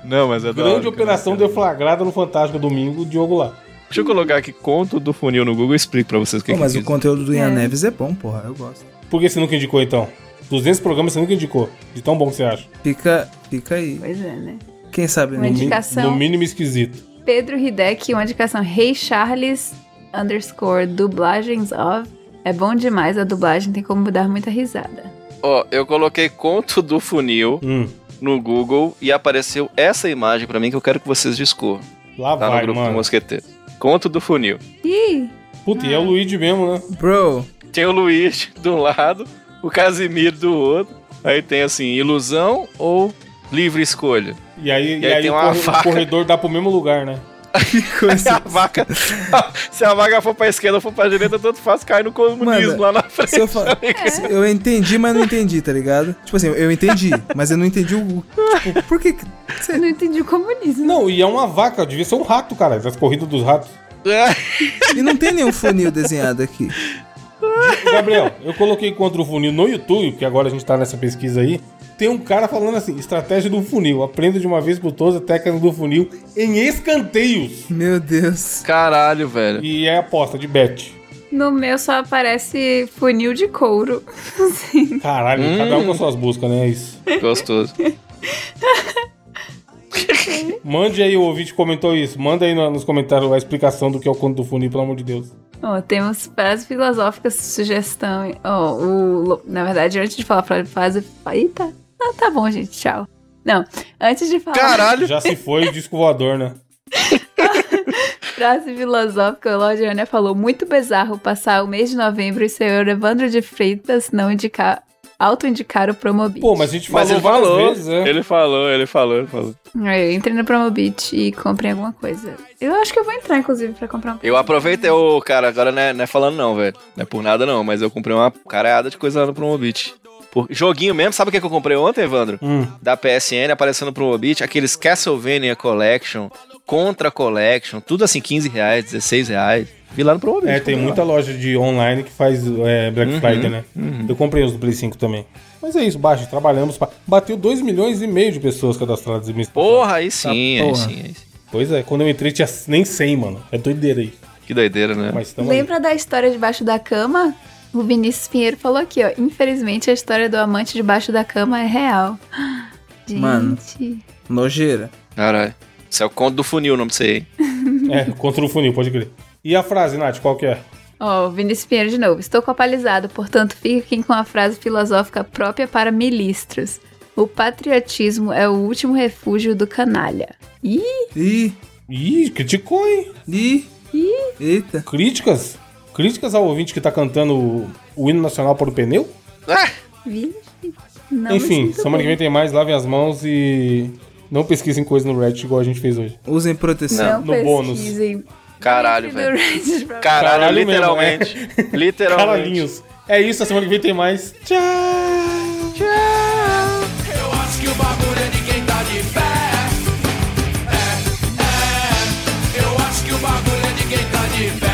Não, mas é da Grande hora, operação cara. deflagrada no Fantástico domingo, Diogo lá. Deixa eu colocar aqui conto do funil no Google e explico pra vocês o que Pô, mas que o conteúdo do Ian Neves é bom, porra. Eu gosto. Por que você nunca indicou, então? 200 programas você nunca indicou. De tão bom que você acha. Fica aí. Pois é, né? Quem sabe, Uma né? indicação. No mínimo esquisito. Pedro Hideki, uma indicação. Rei Charles _ dublagens of. É bom demais a dublagem, tem como dar muita risada. Ó, eu coloquei conto do funil no Google e apareceu essa imagem pra mim que eu quero que vocês discorram. Lá Tá no vai, grupo do mano. Mosqueteiro. Conto do funil. Ih! Puta, e é o Luigi mesmo, né? Bro, Tem o Luigi de um lado, o Casimiro do outro. Aí tem assim, ilusão ou livre escolha. E aí tem o uma o faca. corredor dá pro mesmo lugar, né? que coisa. A vaca, se a vaca for pra esquerda ou for pra direita, tanto faz, cai no comunismo Mano, lá na frente. Se eu, eu entendi, mas não entendi, tá ligado? Tipo assim, eu entendi, mas eu não entendi o... Tipo, por que... Eu não entendi o comunismo. Não, e é uma vaca, devia ser um rato, cara. As corridas dos ratos. E não tem nenhum funil desenhado aqui. Gabriel, eu coloquei contra o funil no YouTube, porque agora a gente tá nessa pesquisa aí. Tem um cara falando assim, estratégia do funil. Aprenda de uma vez por todas a técnica do funil em escanteios. Meu Deus. Caralho, velho. E é aposta de bet. No meu só aparece funil de couro. Sim. Caralho, cada um com as suas buscas, né? É isso. Gostoso. Mande aí, o ouvinte comentou isso. Manda aí nos comentários a explicação do que é o conto do funil, pelo amor de Deus. Ó, temos frases filosóficas, sugestão. Ó, na verdade, antes de falar frase... Eita. Ah, tá bom, gente, tchau. Não, antes de falar... Caralho. Já se foi o disco voador, né? Frase filosófica, o Lorde falou: muito bizarro passar o mês de novembro e o senhor Evandro de Freitas não auto-indicar o Promobit. Pô, mas a gente falou Mas ele várias falou, vezes, né? ele falou. Aí, entrei no Promobit e comprei alguma coisa. Eu acho que eu vou entrar, inclusive, pra comprar uma coisa. Eu aproveitei o cara, agora não é falando não, velho. Não é por nada não, mas eu comprei uma caralhada de coisa lá no Promobit. Joguinho mesmo, sabe o que eu comprei ontem, Evandro? Da PSN, aparecendo no Promobit, aqueles Castlevania Collection, Contra Collection, tudo assim, R$15, R$16. Vi lá no Promobit. É, tem muita loja de online que faz Black Friday, né? Eu comprei os do Play 5 também. Mas é isso, baixo, trabalhamos. Bateu 2,5 milhões de pessoas cadastradas. Porra, aí sim, aí porra. sim. Pois é, quando eu entrei tinha nem 100, mano. É doideira aí. Que doideira, né? Mas tamo aí. Lembra da história debaixo da cama? O Vinícius Pinheiro falou aqui, ó. Infelizmente, a história do amante debaixo da cama é real. Gente. Mano. Nojeira. Caralho. Isso é o conto do funil, não sei. É, contra o funil, pode crer. E a frase, Nath, qual que é? Ó, o Vinícius Pinheiro de novo. Estou copalizado, portanto, fiquem com a frase filosófica própria para milistros. O patriotismo é o último refúgio do canalha. Ih! Ih, criticou, hein? Eita. Críticas ao ouvinte que tá cantando o hino nacional para o pneu? Vixe. Não, Enfim, semana que vem tem mais. Lavem as mãos e não pesquisem coisa no Reddit igual a gente fez hoje. Usem proteção. Não no bônus. pesquisem. Caralho, Entre velho. no Reddit pra- Caralho, mesmo, literalmente. Literalmente. Caralhinhos. É isso, a semana que vem tem mais. Tchau! Eu acho que o bagulho é de quem tá de pé. Eu acho que o bagulho é de quem tá de pé.